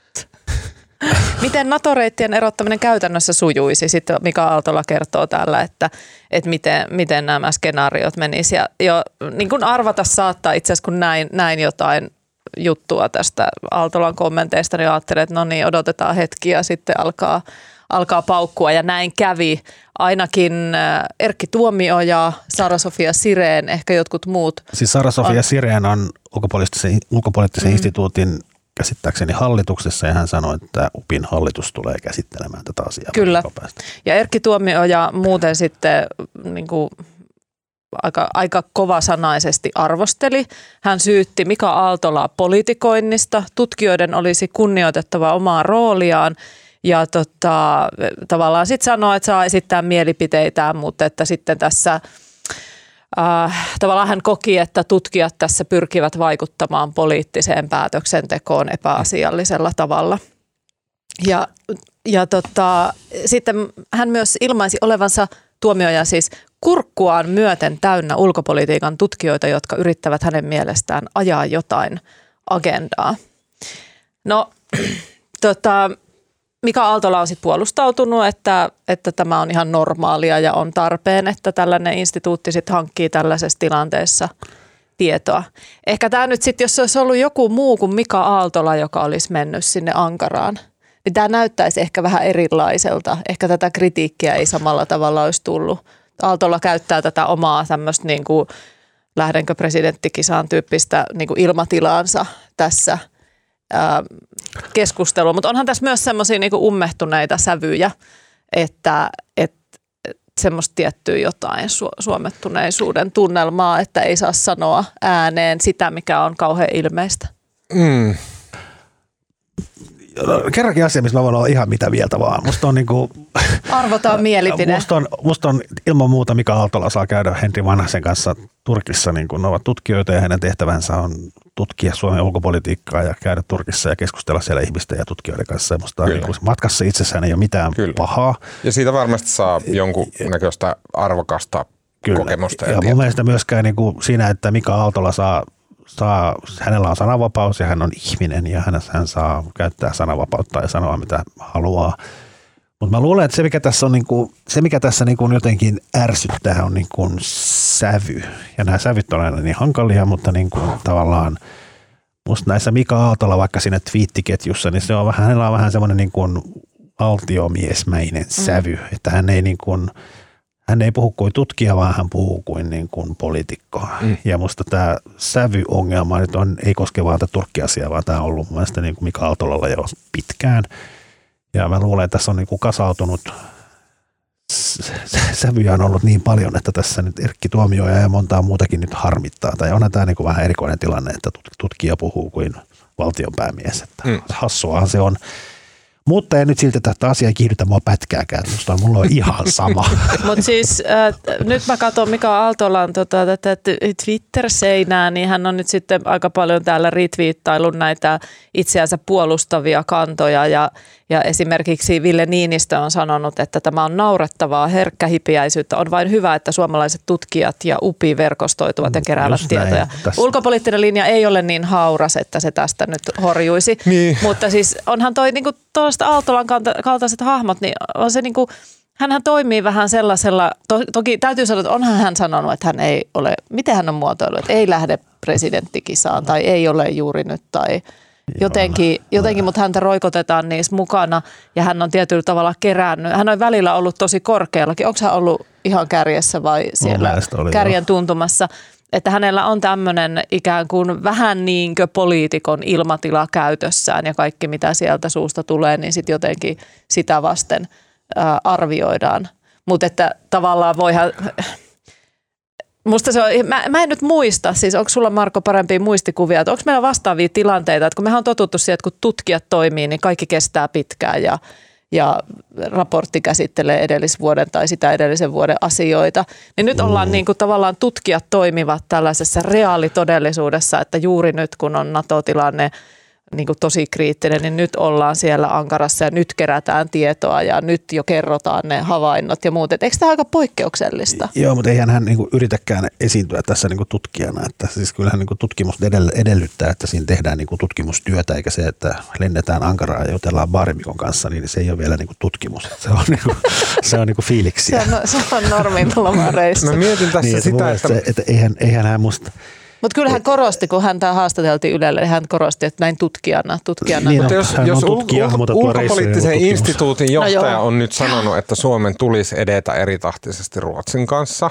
Miten NATO-reittien erottaminen käytännössä sujuisi? Sitten Mika Aaltola kertoo täällä, että, että miten, miten nämä skenaariot menisivät. Ja jo, niin kuin arvata saattaa itse asiassa, kun näin, näin jotain juttua tästä Aaltolan kommenteista, niin ajattelin, että no niin, odotetaan hetki ja sitten alkaa, alkaa paukkua ja näin kävi. Ainakin Erkki Tuomioja, Sara-Sofia Sirén, ehkä jotkut muut. Siis Sara-Sofia Sirén on ulkopoliittisen, ulkopoliittisen mm. instituutin käsittääkseni hallituksessa ja hän sanoi, että U P in hallitus tulee käsittelemään tätä asiaa. Kyllä. Ja Erkki Tuomioja muuten sitten niin kuin aika, aika kovasanaisesti arvosteli. Hän syytti Mika Aaltolaa politikoinnista. Tutkijoiden olisi kunnioitettava omaa rooliaan. Ja tota, tavallaan sitten sanoi, että saa esittää mielipiteitään, mutta että sitten tässä äh, tavallaan hän koki, että tutkijat tässä pyrkivät vaikuttamaan poliittiseen päätöksentekoon epäasiallisella tavalla. Ja, ja tota, sitten hän myös ilmaisi olevansa Tuomioja siis kurkkuaan myöten täynnä ulkopolitiikan tutkijoita, jotka yrittävät hänen mielestään ajaa jotain agendaa. No, tota... Mika Aaltola on sitten puolustautunut, että, että tämä on ihan normaalia ja on tarpeen, että tällainen instituutti sitten hankkii tällaisessa tilanteessa tietoa. Ehkä tämä nyt sitten, jos se olisi ollut joku muu kuin Mika Aaltola, joka olisi mennyt sinne Ankaraan, niin tämä näyttäisi ehkä vähän erilaiselta. Ehkä tätä kritiikkiä ei samalla tavalla olisi tullut. Aaltola käyttää tätä omaa tämmöistä niin kuin lähdenkö presidenttikisaan tyyppistä niin kuin ilmatilaansa tässä keskustelua, mutta onhan tässä myös semmoisia niinku ummehtuneita sävyjä, että et, et semmoista tiettyä jotain su- suomettuneisuuden tunnelmaa, että ei saa sanoa ääneen sitä, mikä on kauhean ilmeistä. Mm. Kerrankin asia, missä mä voin olla ihan mitä mieltä vaan. Musta on niinku... Arvotaan mielipide. Musta on, musta on ilman muuta Mika Aaltola saa käydä Henri Vanhasen kanssa Turkissa, niin kun ne ovat tutkijoita ja hänen tehtävänsä on tutkia Suomen ulkopolitiikkaa ja käydä Turkissa ja keskustella siellä ihmisten ja tutkijoiden kanssa. Musta niin matkassa itsessään ei ole mitään Kyllä. pahaa. Ja siitä varmasti saa jonkun näköistä arvokasta Kyllä. kokemusta. Ja, ja mun mielestä myöskään niin kuin siinä, että Mika Aaltola saa, saa, hänellä on sananvapaus ja hän on ihminen ja hän, hän saa käyttää sananvapautta ja sanoa mitä haluaa. Mutta mä luulen, että se mikä tässä on, niin kuin, se, mikä tässä niin kuin jotenkin ärsyttää on niin kuin sävy. Ja nämä sävyt on aina niin hankalia, mutta niin kuin tavallaan musta näissä Mika Aaltola vaikka siinä twiittiketjussa, niin se on vähän, hänellä on vähän semmoinen niin kuin altiomiesmäinen sävy, mm. että hän ei niin kuin, hän ei puhu kuin tutkija, vaan hän puhuu kuin, niin kuin poliitikko. Mm. Ja musta tämä sävyongelma nyt on, ei koske vaan tätä Turkki-asiaa, vaan tämä on ollut mun mielestä niin kuin Mika Aaltolalla jo pitkään. Ja mä luulen, että tässä on niin kuin kasautunut, sävyjä on ollut niin paljon, että tässä nyt Erkki Tuomioja ja montaa muutakin nyt harmittaa. Tai onhan tämä niin kuin vähän erikoinen tilanne, että tutkija puhuu kuin valtionpäämies. Että mm. Hassuahan se on. Mutta ei nyt silti tätä asiaa kiihdytä mua pätkääkään. Musta mulla on ihan sama. Mutta siis äh, nyt mä katson Mika Aaltolan tota, tätä Twitter-seinää, niin hän on nyt sitten aika paljon täällä retweettaillut näitä itseänsä puolustavia kantoja. Ja, ja esimerkiksi Ville Niinistö on sanonut, että tämä on naurettavaa herkkähipiäisyyttä. On vain hyvä, että suomalaiset tutkijat ja U P I verkostoituvat ja keräävät Just tietoja. Näin, ulkopoliittinen linja ei ole niin hauras, että se tästä nyt horjuisi. Niin. Mutta siis onhan toi niinku tuollaista Aaltolan kaltaiset hahmot, niin on se niinku, hänhän toimii vähän sellaisella, to, toki täytyy sanoa, että onhan hän sanonut, että hän ei ole, miten hän on muotoillut, että ei lähde presidenttikisaan tai ei ole juuri nyt tai jotenkin, jotenkin mutta häntä roikotetaan niissä mukana ja hän on tietyllä tavalla kerännyt. Hän on välillä ollut tosi korkeallakin. Onko hän ollut ihan kärjessä vai siellä kärjen jo. tuntumassa? Että hänellä on tämmöinen ikään kuin vähän niinkö poliitikon ilmatila käytössään ja kaikki mitä sieltä suusta tulee, niin sitten jotenkin sitä vasten ää, arvioidaan. Mutta että tavallaan voihan, musta se on, mä, mä en nyt muista, siis onko sulla Marko parempia muistikuvia, että onko meillä vastaavia tilanteita, että kun mehän on totuttu siihen, että kun tutkijat toimii, niin kaikki kestää pitkään ja ja raportti käsittelee edellisvuoden tai sitä edellisen vuoden asioita, niin nyt ollaan niin kuin tavallaan tutkijat toimivat tällaisessa reaalitodellisuudessa, että juuri nyt kun on NATO-tilanne niin kuin tosi kriittinen, niin nyt ollaan siellä Ankarassa ja nyt kerätään tietoa ja nyt jo kerrotaan ne havainnot ja muut. Et eikö tämä aika poikkeuksellista? Joo, mutta eihän hän niin kuin yritäkään esiintyä tässä niin kuin tutkijana. Että siis kyllähän niin kuin tutkimus edellyttää, että siinä tehdään niin kuin tutkimustyötä, eikä se, että lennetään Ankaraan ja jutellaan Baarimikon kanssa, niin se ei ole vielä niin kuin tutkimus. Se on, niin kuin, se on niin kuin fiiliksiä. Se on, se on normin lomareissa. Mä mietin tässä niin, sitä, että... Se, että eihän, eihän hän musta... Mutta kyllä hän korosti, kun häntä haastateltiin Ylelle, niin hän korosti, että näin tutkijana. tutkijana. Niin, mutta no, jos, hän jos on ul, tutkija, ul, mutta ulkopoliittisen instituutin johtaja no on nyt sanonut, että Suomen tulisi edetä eritahtisesti Ruotsin kanssa,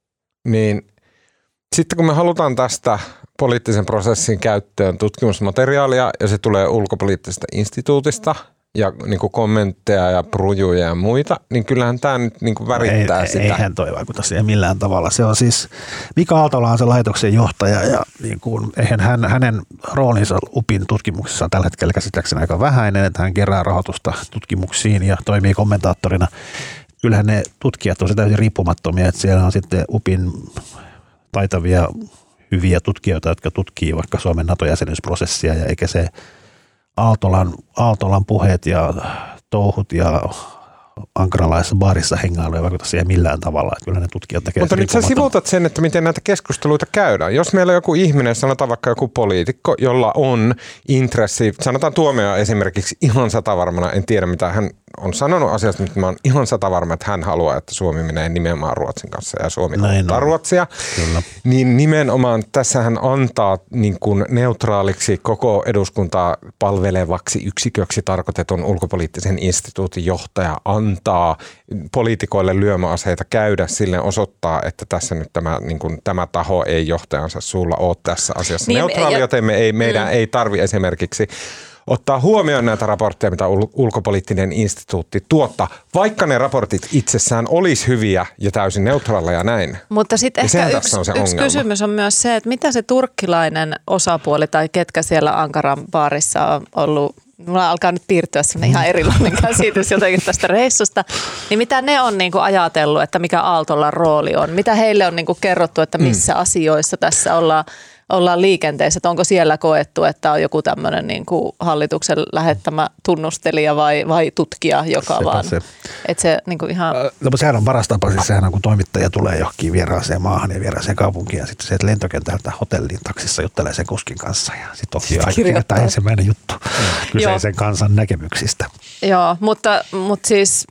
niin sitten kun me halutaan tästä poliittisen prosessin käyttöön tutkimusmateriaalia ja se tulee ulkopoliittisesta instituutista ja niin kuin kommentteja ja prujuja ja muita, niin kyllähän tämä nyt niin kuin värittää ei, sitä. Eihän toi vaikuta siihen millään tavalla. Se on siis, Mika Aaltola on se laitoksen johtaja ja niin kuin, eihän hän, hänen roolinsa UPin tutkimuksessa on tällä hetkellä käsittääkseni aika vähäinen, että hän kerää rahoitusta tutkimuksiin ja toimii kommentaattorina. Kyllähän ne tutkijat on se täysin riippumattomia, että siellä on sitten UPin taitavia, hyviä tutkijoita, jotka tutkii vaikka Suomen NATO-jäsenyysprosessia ja eikä se Aaltolan, Aaltolan puheet ja touhut ja ankaralaisessa baarissa hengailu ei vaikuta siihen millään tavalla. Että kyllä ne tutkijat tekee. Mutta nyt sä sivuutat sen, että miten näitä keskusteluita käydään. Jos meillä on joku ihminen, sanotaan vaikka joku poliitikko, jolla on intressi, sanotaan Tuomioja esimerkiksi ihan satavarmana, en tiedä mitä hän on sanonut asiasta, mutta mä oon ihan satavarma, että hän haluaa, että Suomi menee nimenomaan Ruotsin kanssa ja Suomi ottaa Ruotsia. Kyllä. Niin nimenomaan tässä hän antaa niin kuin neutraaliksi koko eduskuntaa palvelevaksi yksiköksi tarkoitetun ulkopoliittisen instituutin johtaja antaa poliitikoille lyömäaseita käydä silleen osoittaa, että tässä nyt tämä, niin kuin, tämä taho ei johtajansa suulla ole tässä asiassa niin, neutraali, ja, joten me ei, meidän mm. ei tarvi esimerkiksi ottaa huomioon näitä raportteja, mitä ulkopoliittinen instituutti tuottaa, vaikka ne raportit itsessään olisi hyviä ja täysin neutraaleja näin. Mutta sitten ehkä yksi, yksi kysymys on myös se, että mitä se turkkilainen osapuoli tai ketkä siellä Ankaran baarissa on ollut, mulla alkaa nyt piirtyä sellainen ihan erilainen käsitys jotenkin tästä reissusta, niin mitä ne on niinku ajatellut, että mikä Aaltolan rooli on? Mitä heille on niinku kerrottu, että missä mm. asioissa tässä ollaan? ollaan liikenteessä, että onko siellä koettu, että on joku tämmöinen niin kuin hallituksen lähettämä tunnustelija vai, vai tutkija, joka Sepä vaan, se. Että se niin kuin ihan... No, sehän on paras tapa, siis sehän on, kun toimittaja tulee johonkin vieraaseen maahan ja vieraaseen kaupunkiin ja sitten se, että lentokentältä hotelliin taksissa juttelee sen kuskin kanssa ja sitten onkin jo aika kirjoittaa ensimmäinen juttu kyseisen kansan näkemyksistä. Joo, mutta, mutta siis...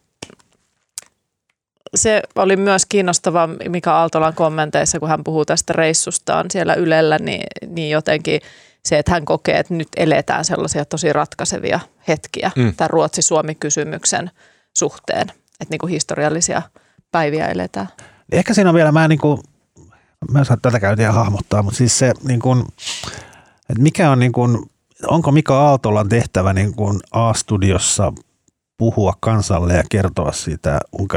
Se oli myös kiinnostava Mika Aaltolan kommenteissa, kun hän puhuu tästä reissustaan siellä Ylellä, niin, niin jotenkin se, että hän kokee, että nyt eletään sellaisia tosi ratkaisevia hetkiä mm. tämän Ruotsi-Suomi-kysymyksen suhteen, että niin kuin historiallisia päiviä eletään. Ehkä siinä on vielä, mä, niin kuin, mä en saa tätä käytiä hahmottaa, mutta siis se, niin kuin, että mikä on, niin kuin, onko Mika Aaltolan tehtävä niin kuin A-studiossa puhua kansalle ja kertoa siitä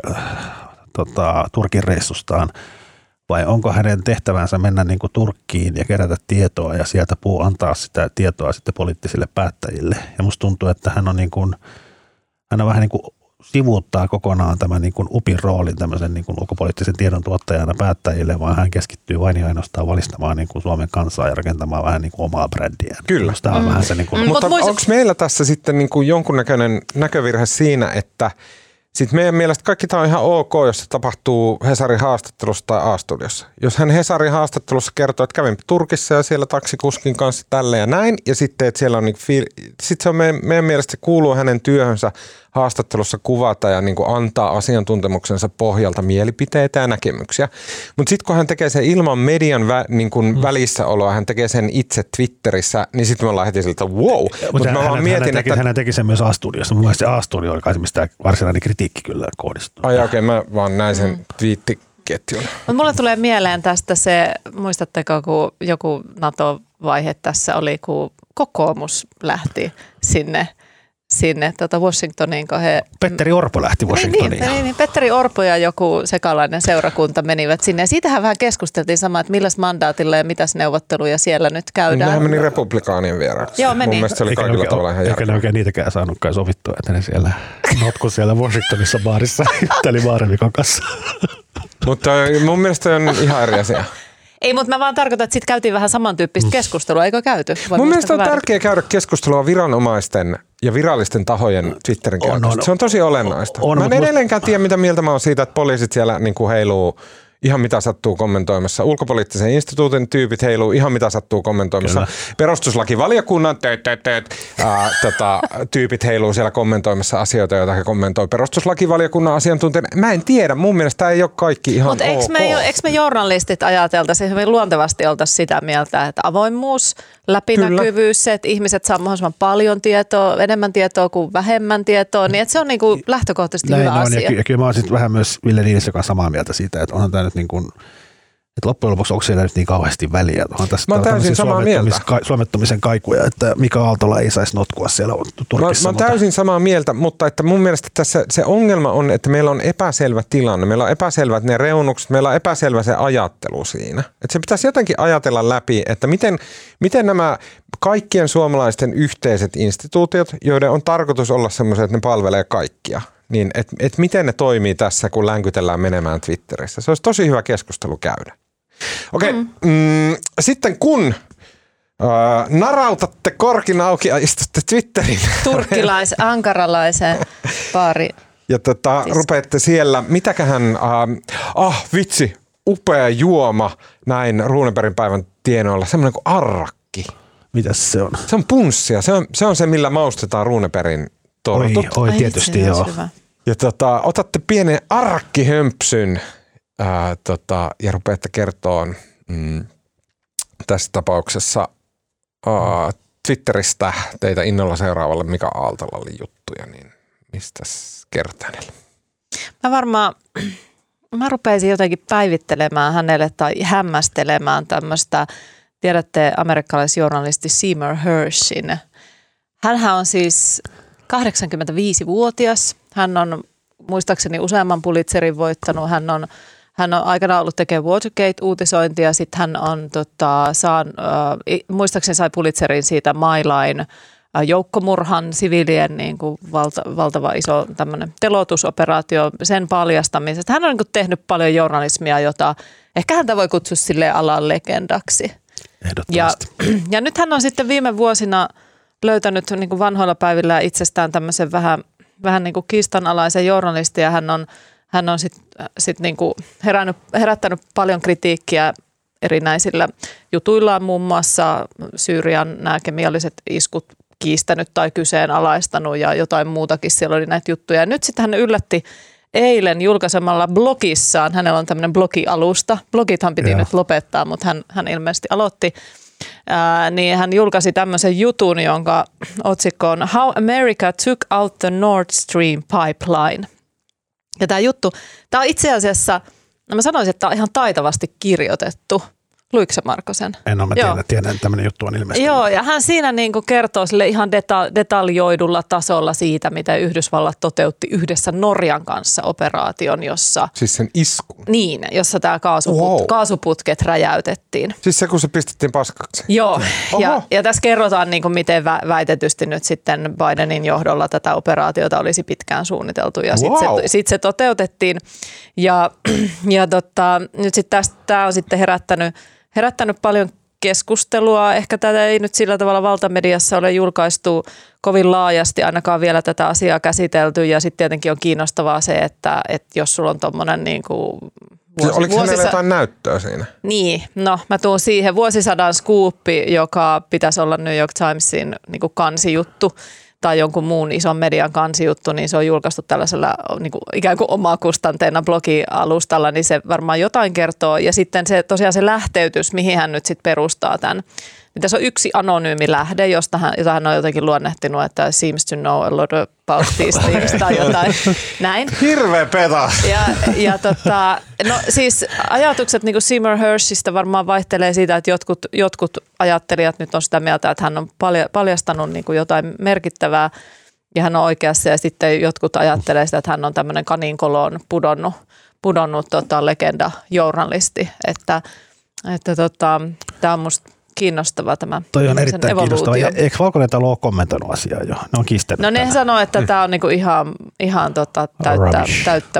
tota, Turkin reissustaan, vai onko hänen tehtävänsä mennä niin kuin Turkkiin ja kerätä tietoa ja sieltä puu antaa sitä tietoa sitten poliittisille päättäjille. Ja musta tuntuu, että hän on, niin kuin, hän on vähän niin kuin sivuuttaa kokonaan tämän niin kuin UPin roolin tämmöisen niin kuin ulkopoliittisen tiedon tuottajana päättäjille, vaan hän keskittyy vain ja ainoastaan valistamaan niin kuin Suomen kansaa ja rakentamaan vähän niin kuin omaa brändiä. Kyllä. Tämä on mm. vähän se, niin kuin... mm. Mutta onko meillä tässä sitten niin kuin jonkunnäköinen näkövirhe siinä, että sitten meidän mielestä kaikki tämä on ihan ok, jos se tapahtuu Hesarin haastattelussa tai A-studiossa. Jos hän Hesarin haastattelussa kertoo, että kävin Turkissa ja siellä taksikuskin kanssa tälle ja näin, ja sitten, että siellä on niin fiil- sitten se on meidän, meidän mielestä se kuuluu hänen työhönsä haastattelussa kuvata ja niin kuin antaa asiantuntemuksensa pohjalta mielipiteitä ja näkemyksiä. Mutta sitten kun hän tekee sen ilman median vä, niin kuin mm. välissäoloa, hän tekee sen itse Twitterissä, niin sitten me ollaan heti siltä wow. Mutta Mut mä vaan mietin, hän teki, että... Hän teki sen myös A-studiossa. Mun mielestä se A-studio oli kai mistä varsinainen kritiikki kyllä kohdistuu. Ai okei, okay, mä vaan näin sen mm. twiittiketjun. Mutta mulle tulee mieleen tästä se, muistatteko kun joku NATO-vaihe tässä oli, kun kokoomus lähti sinne sinne tuota Washingtoniin, kun he... Petteri Orpo lähti Washingtoniin. Niin, niin, niin, Petteri Orpo ja joku sekalainen seurakunta menivät sinne. Ja siitähän vähän keskusteltiin samaa, että milläs mandaatilla ja mitäs neuvotteluja siellä nyt käydään. Nehän meni republikaanien vieraaksi. Joo, meni. Mun mielestä se oli kaikilla oikein, tavalla ihan järkeä. Eikä ne oikein niitäkään saanutkaan sovittua, että ne siellä notku siellä Washingtonissa baarissa jutteli Maaremikon kanssa. Mutta mun mielestä on ihan eri asia. Ei, mutta mä vaan tarkoitan, että sitten käytiin vähän samantyyppistä keskustelua, eikö käyty? Vai mun mielestä on väärin? Tärkeää käydä keskustelua viranomaisten ja virallisten tahojen Twitterin käytöstä. Se on tosi olennaista. On, mä en edelleenkään tiedä, mitä mieltä mä oon siitä, että poliisit siellä niin kuin heiluu ihan mitä sattuu kommentoimassa. Ulkopoliittisen instituutin tyypit heiluu, ihan mitä sattuu kommentoimassa. Kyllä. Perustuslakivaliokunnan teet, teet, teet, ää, tota, tyypit heiluu siellä kommentoimassa asioita, joita he kommentoi perustuslakivaliokunnan asiantuntijana. Mä en tiedä, mun mielestä tämä ei ole kaikki ihan Mutta eikö, eikö me journalistit ajateltaisiin hyvin luontevasti oltaisiin sitä mieltä, että avoimuus, läpinäkyvyys, se, että ihmiset saa mahdollisimman paljon tietoa, enemmän tietoa kuin vähemmän tietoa, niin että se on niinku lähtökohtaisesti Näin hyvä on, asia. Ja, ky- ja kyllä mä oon sitten vähän myös Ville Niinistön kanssa samaa mieltä siitä, että onhan tämä nyt niin kuin, että loppujen lopuksi onko siellä nyt niin kauheasti väliä. Onhan tässä mä oon täysin samaa mieltä. Ka- suomettumisen kaikuja, että Mika Aaltola ei saisi notkua siellä Turkissa. Mä, mä oon täysin samaa mieltä, mutta että mun mielestä tässä se ongelma on, että meillä on epäselvä tilanne. Meillä on epäselvät ne reunukset, meillä on epäselvä se ajattelu siinä. Että se pitäisi jotenkin ajatella läpi, että miten, miten nämä kaikkien suomalaisten yhteiset instituutiot, joiden on tarkoitus olla semmoiset, että ne palvelee kaikkia, niin että et miten ne toimii tässä, kun länkytellään menemään Twitterissä. Se olisi tosi hyvä keskustelu käydä. Okei, okay. mm. mm, sitten kun äh, narautatte korkin auki ja istutte Twitterin. Turkkilais, ankaralaisen baari. Ja tota, rupeatte siellä, mitäköhän, äh, ah vitsi, upea juoma näin Runebergin päivän tienoilla, semmoinen kuin arrakki. Mitäs se on? Se on punssia, se on se, on se millä maustetaan Runebergin tortut. Oi, oi tietysti Ai, joo. Ja tota, otatte pienen arrakkihömpsyn ää, tota, ja rupeatte kertoa mm, tässä tapauksessa ää, Twitteristä teitä innolla seuraavalle Mika Aaltolalle juttuja, niin mistäs kertaa hänelle? Mä varmaan, mä rupeisin jotenkin päivittelemään hänelle tai hämmästelemään tämmöistä, tiedätte amerikkalaisjournalisti Seymour Hershyn. Hänhän on siis kahdeksankymmentäviisivuotias. Hän on muistaakseni useamman Pulitzerin voittanut. Hän on, hän on aikanaan ollut tekemään Watergate-uutisointia. Sitten hän on, tota, saan, äh, muistaakseni sai Pulitzerin siitä My Line äh, joukkomurhan siviilien niin kuin valta, valtava iso tämmöinen teloitusoperaatio sen paljastamisesta. Hän on niin kuin tehnyt paljon journalismia, jota ehkä häntä voi kutsua silleen alan legendaksi. Ehdottomasti. Ja, ja nyt hän on sitten viime vuosina löytänyt niin kuin vanhoilla päivillä itsestään tämmöisen vähän, vähän niin kuin kiistanalaisen journalistin ja hän on, hän on sitten sit niin kuin herännyt, herättänyt paljon kritiikkiä erinäisillä jutuillaan, muun muassa Syyrian nämä kemialliset iskut kiistänyt tai kyseenalaistanut ja jotain muutakin, siellä oli näitä juttuja. Ja nyt sitten hän yllätti eilen julkaisemalla blogissaan, hänellä on tämmöinen blogialusta, blogithan piti ja. nyt lopettaa, mutta hän, hän ilmeisesti aloitti, Ää, niin hän julkaisi tämmöisen jutun, jonka otsikko on How America Took Out the Nord Stream Pipeline. Ja tämä juttu, tämä on itse asiassa, no mä sanoisin, että tämä on ihan taitavasti kirjoitettu. Luitko sä Marko sen? En ole, mä tiedän, tiedän että tämmöinen juttu on ilmeisesti. Joo, ja hän siinä niin kuin kertoo sille ihan deta- detaljoidulla tasolla siitä, miten Yhdysvallat toteutti yhdessä Norjan kanssa operaation, jossa... Siis sen isku? Niin, jossa tämä kaasuput- wow. kaasuputket räjäytettiin. Siis se, kun se pistettiin paskaksi? Joo, ja, ja tässä kerrotaan, niin kuin miten vä- väitetysti nyt sitten Bidenin johdolla tätä operaatiota olisi pitkään suunniteltu, ja sitten wow. se, sit se toteutettiin. Ja, ja tota, nyt sitten tämä on sitten herättänyt... Herättänyt paljon keskustelua. Ehkä tätä ei nyt sillä tavalla valtamediassa ole julkaistu kovin laajasti, ainakaan vielä tätä asiaa käsitelty. Ja sitten tietenkin on kiinnostavaa se, että, että jos sulla on tuommoinen niin kuin vuosi, oliko hänellä vuosisa- jotain näyttöä siinä? Niin, no mä tuun siihen. Vuosisadan skuuppi, joka pitäisi olla New York Timesin niin kuin kansijuttu tai jonkun muun ison median kansijuttu, niin se on julkaistu tällaisella niin kuin ikään kuin omakustanteena blogialustalla, niin se varmaan jotain kertoo. Ja sitten se tosiaan se lähteytys, mihin hän nyt sitten perustaa tämän. Niin tässä on yksi anonyymi lähde, josta hän, jota hän on jotenkin luonnehtinut, että seems to know a lot about these things tai jotain näin. Hirveä peta. Ja, ja tota, no siis ajatukset niin kuin Seymour Hershistä varmaan vaihtelee siitä, että jotkut, jotkut ajattelijat nyt on sitä mieltä, että hän on paljastanut niin kuin jotain merkittävää ja hän on oikeassa ja sitten jotkut ajattelee sitä, että hän on tämmöinen kaninkoloon pudonnut, pudonnut tota, legenda-journalisti, että, että tota, tämä on musta kiinnostava tämä. Toi on erittäin evoluutio. Kiinnostava. Eikö Valkoinen talo ole kommentoinut asiaa jo? Ne on kiistänyt. No ne sanoo, että tämä on niinku ihan, ihan tota täyttä, täyttä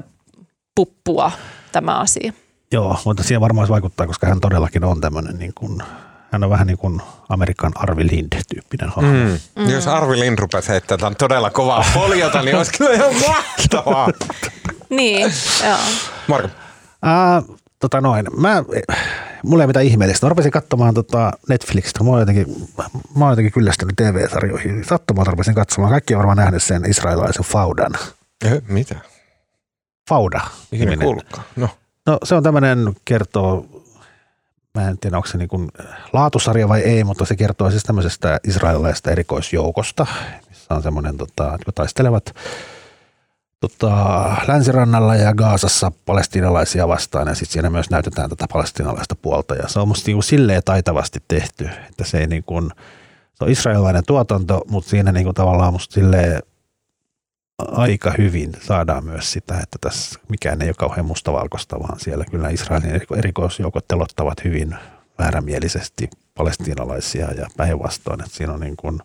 puppua tämä asia. Joo, mutta siihen varmaan vaikuttaa, koska hän todellakin on tämmöinen, niin kuin, hän on vähän niin kuin Amerikan Arvi Lind-tyyppinen hahmo. Mm. Mm. Jos Arvi Lind rupesi heittämään todella kovaa poljota, niin olisi kyllä ihan mahtavaa. Niin, joo. Marko. Äh, Tota noin, mä, mulla ei mitään ihmeellistä. Mä rupesin katsomaan tota Netflixistä. Mä oon jotenkin, mä oon jotenkin kyllästynyt T V-sarjoihin. Sattumalta rupesin katsomaan. Kaikki on varmaan nähnyt sen israelilaisen Faudan. Eh, mitä? Fauda. Ikinä kuullutkaan. No. no se on tämmöinen, kertoo, mä en tiedä onko se niin kuin laatusarja vai ei, mutta se kertoo siis tämmöisestä israelilaisesta erikoisjoukosta, missä on semmoinen, tota, jotka taistelevat Tota, länsirannalla ja Gaasassa palestiinalaisia vastaan ja sitten siinä myös näytetään tätä palestiinalaista puolta ja se on musta niinku silleen taitavasti tehty, että se ei niinku, se on israelilainen tuotanto, mutta siinä niinku tavallaan musta silleen aika hyvin saadaan myös sitä, että tässä mikään ei ole kauhean mustavalkoista, vaan siellä kyllä Israelin erikoisjoukot telottavat hyvin väärämielisesti palestiinalaisia ja päinvastoin, että siinä on niin kuin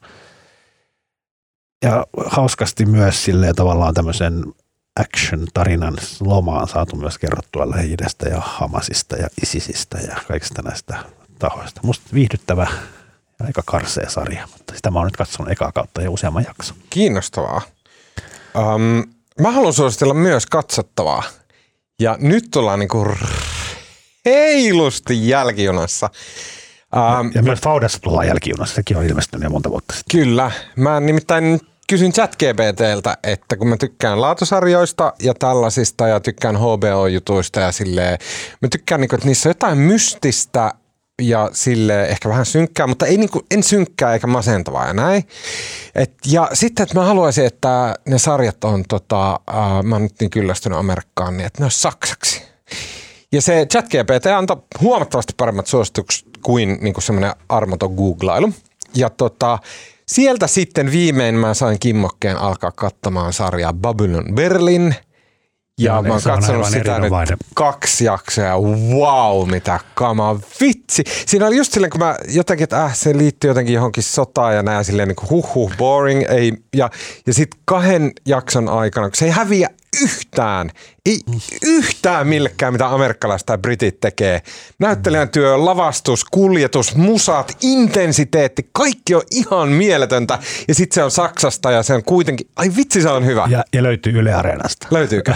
ja hauskasti myös silleen tavallaan tämmöisen action-tarinan lomaan saatu myös kerrottua Lähi-idästä ja Hamasista ja Isisistä ja kaikista näistä tahoista. Musta viihdyttävä ja aika karsea sarja, mutta sitä mä oon nyt katsonut ekaa kautta ja useamman jakson. Kiinnostavaa. Um, mä haluan suositella myös katsottavaa. Ja nyt tullaan niinku heilusti jälkijunassa. Um, ja myös Faudassa tullaan jälkijunassa, sekin on ilmestynyt jo monta vuotta sitten. Kyllä. Mä nimittäin kysyin ChatGPTltä, että kun mä tykkään laatusarjoista ja tällaisista ja tykkään H B O-jutuista ja silleen, mä tykkään niinku, että niissä on jotain mystistä ja silleen ehkä vähän synkkää, mutta ei niinku, en synkkää eikä masentavaa ja näin. Et, ja sitten, että mä haluaisin, että ne sarjat on, tota, uh, mä oon nyt niin kyllästynyt Amerikkaan, niin että ne on saksaksi. Ja se ChatGPT antaa huomattavasti paremmat suositukset kuin niinku semmoinen armoton googlailu. Ja tota, sieltä sitten viimein mä sain kimmokkeen alkaa katsomaan sarjaa Babylon Berlin. Ja Joo, mä oon katsonut sitä nyt kaksi jaksoa ja wow, mitä kamaa, vitsi. Siinä oli just silleen, kun mä jotenkin, että äh, se liittyy jotenkin johonkin sotaan ja näin silleen niin kuin huh huh, boring. Ei, ja ja sitten kahden jakson aikana, kun se ei häviä yhtään, ei yhtään millekään, mitä amerikkalaiset tai britit tekee. Näyttelijän työ, lavastus, kuljetus, musat, intensiteetti, kaikki on ihan mieletöntä. Ja sitten se on Saksasta ja se on kuitenkin, ai vitsi se on hyvä. Ja, ja löytyy Yle Areenasta. Löytyykö?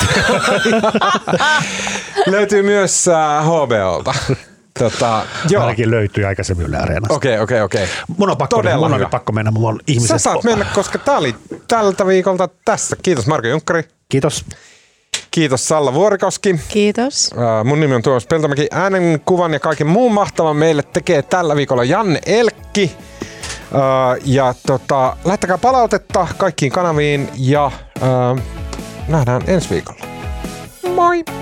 Löytyy myös uh, H B O:lta. Tota, joo. Ainakin löytyy aikaisemmin Yle Areenasta. Okei, okei, okei. Mun on pakko, Todella mun on hyvä. pakko mennä, mulla on ihmiset. Sä saat mennä, koska tää oli tältä viikolta tässä. Kiitos Marko Junkkari. Kiitos. Kiitos Salla Vuorikoski. Kiitos. Uh, mun nimi on Tuomas Peltomäki. Äänen, kuvan ja kaiken muun mahtavan meille tekee tällä viikolla Janne Elkki. Uh, ja tota, laittakaa palautetta kaikkiin kanaviin ja uh, nähdään ensi viikolla. Moi!